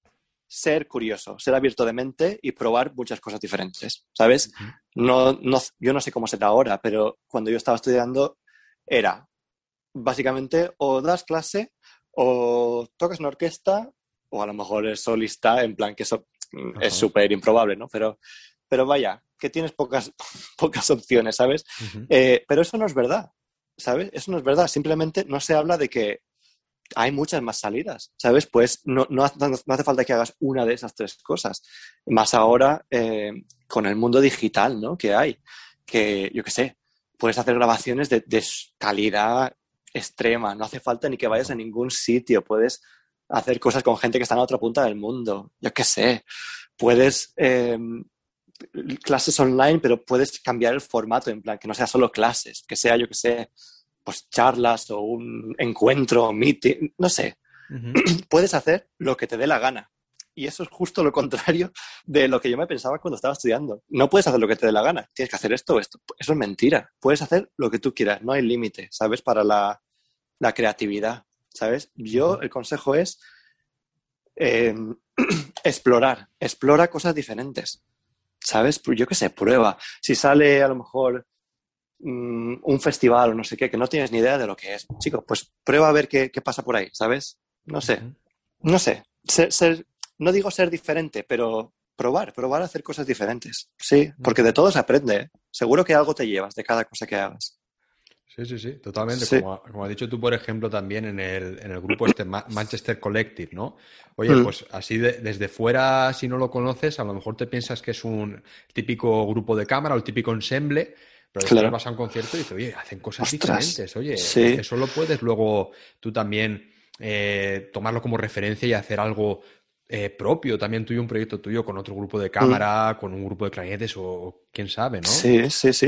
[SPEAKER 2] ser curioso, ser abierto de mente y probar muchas cosas diferentes, ¿sabes? Yo no sé cómo será ahora, pero cuando yo estaba estudiando era básicamente o das clase o tocas una orquesta o a lo mejor eres solista, en plan que eso es súper improbable, ¿no? Pero vaya, que tienes pocas opciones, ¿sabes? Pero eso no es verdad, ¿sabes? Eso no es verdad. Simplemente no se habla de que hay muchas más salidas, ¿sabes? Pues no hace falta que hagas una de esas 3 cosas. Más ahora con el mundo digital, ¿no? Que hay. Que, yo qué sé, puedes hacer grabaciones de calidad extrema. No hace falta ni que vayas a ningún sitio. Puedes hacer cosas con gente que está en la otra punta del mundo. Yo qué sé. Puedes... clases online, pero puedes cambiar el formato, en plan, que no sea solo clases, que sea, yo que sé, pues charlas o un encuentro, meeting, no sé. Puedes hacer lo que te dé la gana. Y eso es justo lo contrario de lo que yo me pensaba cuando estaba estudiando. No puedes hacer lo que te dé la gana. Tienes que hacer esto o esto. Eso es mentira. Puedes hacer lo que tú quieras. No hay límite, ¿sabes? Para la creatividad, ¿sabes? El consejo es explora cosas diferentes. ¿Sabes? Yo qué sé, prueba. Si sale a lo mejor un festival o no sé qué, que no tienes ni idea de lo que es, chico, pues prueba a ver qué pasa por ahí, ¿sabes? No sé. No sé. No digo ser diferente, pero probar a hacer cosas diferentes. Sí, porque de todo se aprende, ¿eh? Seguro que algo te llevas de cada cosa que hagas.
[SPEAKER 1] Sí, totalmente.
[SPEAKER 2] Sí.
[SPEAKER 1] Como has dicho tú, por ejemplo, también en el grupo Manchester Collective, ¿no? Oye, pues así desde fuera, si no lo conoces, a lo mejor te piensas que es un típico grupo de cámara o el típico ensemble, pero después vas a un concierto y dices, oye, hacen cosas diferentes. Oye,
[SPEAKER 2] sí.
[SPEAKER 1] eso lo puedes luego tú también tomarlo como referencia y hacer algo propio, también tuyo, un proyecto tuyo con otro grupo de cámara, con un grupo de clarinetes o quién sabe, ¿no?
[SPEAKER 2] Sí.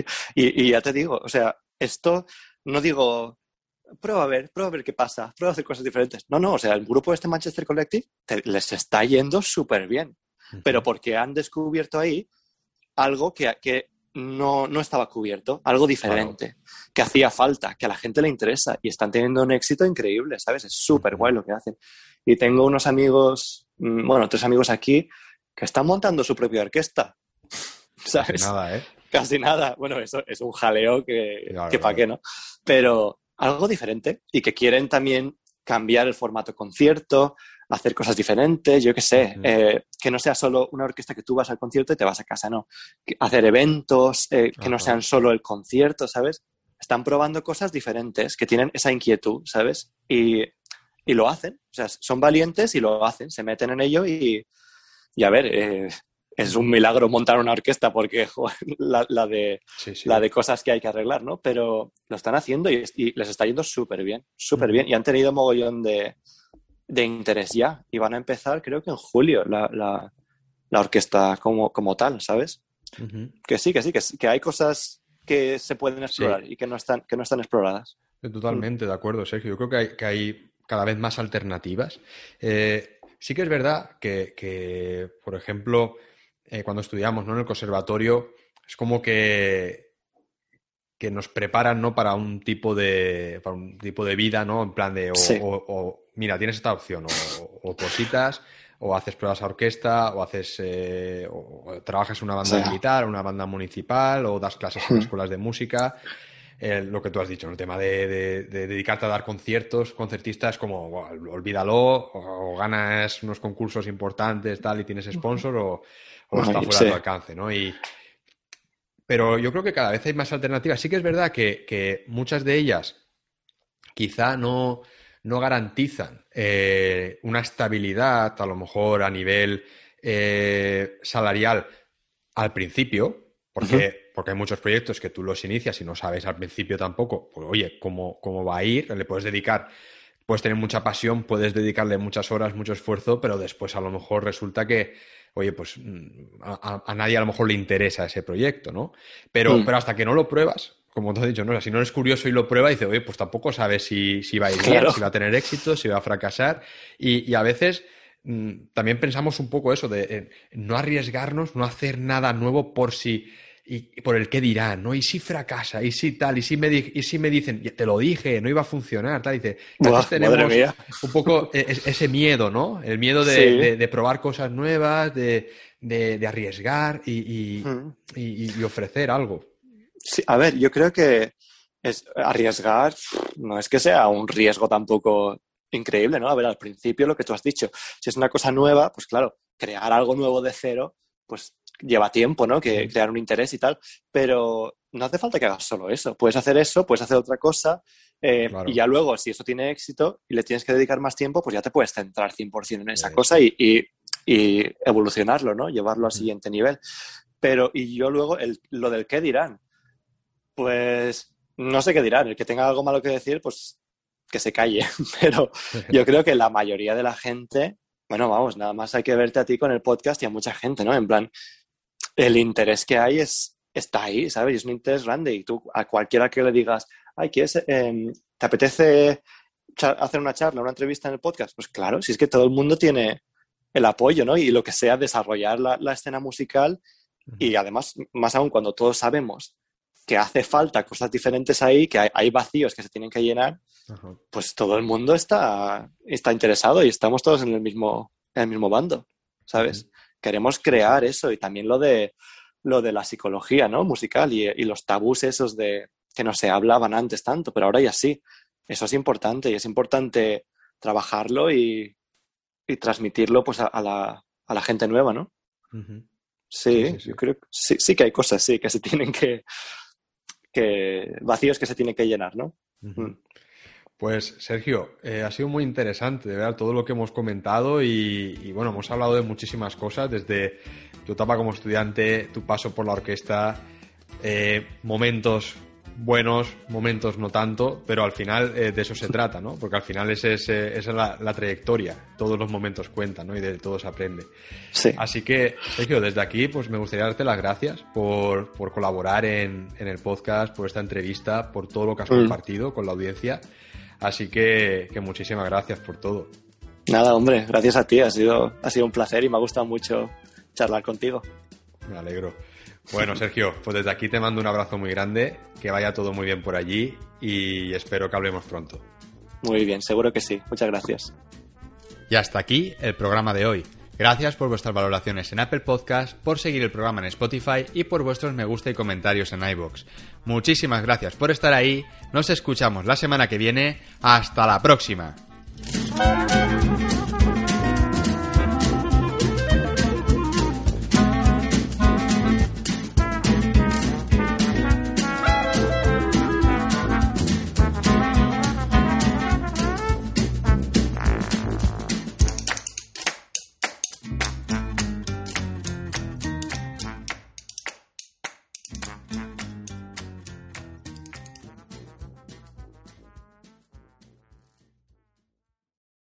[SPEAKER 2] Y ya te digo, o sea, esto no digo, prueba a ver qué pasa, prueba a hacer cosas diferentes. No, o sea, el grupo Manchester Collective les está yendo súper bien, pero porque han descubierto ahí algo que no estaba cubierto, algo diferente, que hacía falta, que a la gente le interesa y están teniendo un éxito increíble, ¿sabes? Es súper guay lo que hacen. Y tengo unos amigos, 3 amigos aquí, que están montando su propia orquesta, ¿sabes?
[SPEAKER 1] Casi nada, ¿eh?
[SPEAKER 2] Casi nada. Bueno, eso es un jaleo que
[SPEAKER 1] Claro.
[SPEAKER 2] para qué, ¿no? Pero algo diferente y que quieren también cambiar el formato concierto, hacer cosas diferentes, yo qué sé, que no sea solo una orquesta que tú vas al concierto y te vas a casa, no. Hacer eventos que no sean solo el concierto, ¿sabes? Están probando cosas diferentes, que tienen esa inquietud, ¿sabes? Y lo hacen, o sea, son valientes y lo hacen, se meten en ello y a ver, es un milagro montar una orquesta porque joder, la de cosas que hay que arreglar, ¿no? Pero lo están haciendo y les está yendo súper bien, y han tenido mogollón de interés ya y van a empezar creo que en julio la orquesta como tal, ¿sabes? Que sí, que hay cosas que se pueden explorar y que no están exploradas.
[SPEAKER 1] Totalmente de acuerdo, Sergio. Yo creo que hay cada vez más alternativas. Sí que es verdad que por ejemplo, cuando estudiamos, ¿no?, en el conservatorio, es como que nos preparan, ¿no?, para un tipo de vida, ¿no? En plan de, mira, tienes esta opción, o opositas, o haces pruebas a orquesta, o haces o trabajas en una banda militar, una banda municipal, o das clases en escuelas de música. Lo que tú has dicho, ¿no? El tema de dedicarte a dar conciertos, concertistas, como olvídalo, o ganas unos concursos importantes, tal, y tienes sponsor, o está fuera de tu alcance, ¿no? Pero yo creo que cada vez hay más alternativas. Sí que es verdad que muchas de ellas quizá no garantizan una estabilidad, a lo mejor a nivel salarial al principio, porque hay muchos proyectos que tú los inicias y no sabes al principio tampoco, pues oye, cómo va a ir, le puedes dedicar, puedes tener mucha pasión, puedes dedicarle muchas horas, mucho esfuerzo, pero después a lo mejor resulta que, oye, pues a nadie a lo mejor le interesa ese proyecto, ¿no? Pero hasta que no lo pruebas, como te has dicho, ¿no? O sea, si no eres curioso y lo pruebas, dices, oye, pues tampoco sabes si va a ir bien, si va a tener éxito, si va a fracasar. Y a veces también pensamos un poco eso, de no arriesgarnos, no hacer nada nuevo por si y por el qué dirán, ¿no? ¿Y si fracasa? ¿Y si tal? ¿Y si me dicen, te lo dije, no iba a funcionar? Tal, dice, entonces tenemos un poco ese miedo, ¿no? El miedo de probar cosas nuevas, de arriesgar y ofrecer algo.
[SPEAKER 2] Sí, a ver, yo creo que arriesgar no es que sea un riesgo tampoco increíble, ¿no? A ver, al principio lo que tú has dicho, si es una cosa nueva, pues claro, crear algo nuevo de cero, pues lleva tiempo, ¿no? Que crear un interés y tal, pero no hace falta que hagas solo eso. Puedes hacer eso, puedes hacer otra cosa claro. Y ya luego, si eso tiene éxito y le tienes que dedicar más tiempo, pues ya te puedes centrar 100% en esa cosa y evolucionarlo, ¿no? Llevarlo al siguiente nivel. Pero, y yo luego, lo del qué dirán, pues no sé qué dirán. El que tenga algo malo que decir, pues que se calle. Pero yo creo que la mayoría de la gente, bueno, vamos, nada más hay que verte a ti con el podcast y a mucha gente, ¿no? En plan, el interés que hay está ahí, ¿sabes? Y es un interés grande. Y tú, a cualquiera que le digas, ay, ¿te apetece hacer una charla, una entrevista en el podcast? Pues claro, si es que todo el mundo tiene el apoyo, ¿no? Y lo que sea, desarrollar la escena musical. Y además, más aún cuando todos sabemos que hace falta cosas diferentes ahí, que hay vacíos que se tienen que llenar, pues todo el mundo está interesado y estamos todos en el mismo bando, ¿sabes? Queremos crear eso y también lo de la psicología, ¿no? Musical y los tabús esos de que no se hablaban antes tanto, pero ahora ya sí. Eso es importante y es importante trabajarlo y transmitirlo pues a la gente nueva, ¿no? Sí, yo creo que sí que hay cosas, sí, que se tienen que vacíos que se tienen que llenar, ¿no?
[SPEAKER 1] Pues, Sergio, ha sido muy interesante, de verdad, todo lo que hemos comentado y bueno, hemos hablado de muchísimas cosas, desde tu etapa como estudiante, tu paso por la orquesta, momentos buenos, momentos no tanto, pero al final de eso se trata, ¿no? Porque al final esa es la trayectoria, todos los momentos cuentan, ¿no? Y de todo se aprende.
[SPEAKER 2] Sí.
[SPEAKER 1] Así que, Sergio, desde aquí pues me gustaría darte las gracias por colaborar en el podcast, por esta entrevista, por todo lo que has compartido con la audiencia. Así que muchísimas gracias por todo.
[SPEAKER 2] Nada, hombre, gracias a ti, ha sido un placer y me ha gustado mucho charlar contigo.
[SPEAKER 1] Me alegro. Bueno, Sergio, pues desde aquí te mando un abrazo muy grande, que vaya todo muy bien por allí y espero que hablemos pronto.
[SPEAKER 2] Muy bien, seguro que sí. Muchas gracias.
[SPEAKER 1] Y hasta aquí el programa de hoy. Gracias por vuestras valoraciones en Apple Podcast, por seguir el programa en Spotify y por vuestros me gusta y comentarios en iVoox. Muchísimas gracias por estar ahí. Nos escuchamos la semana que viene. ¡Hasta la próxima!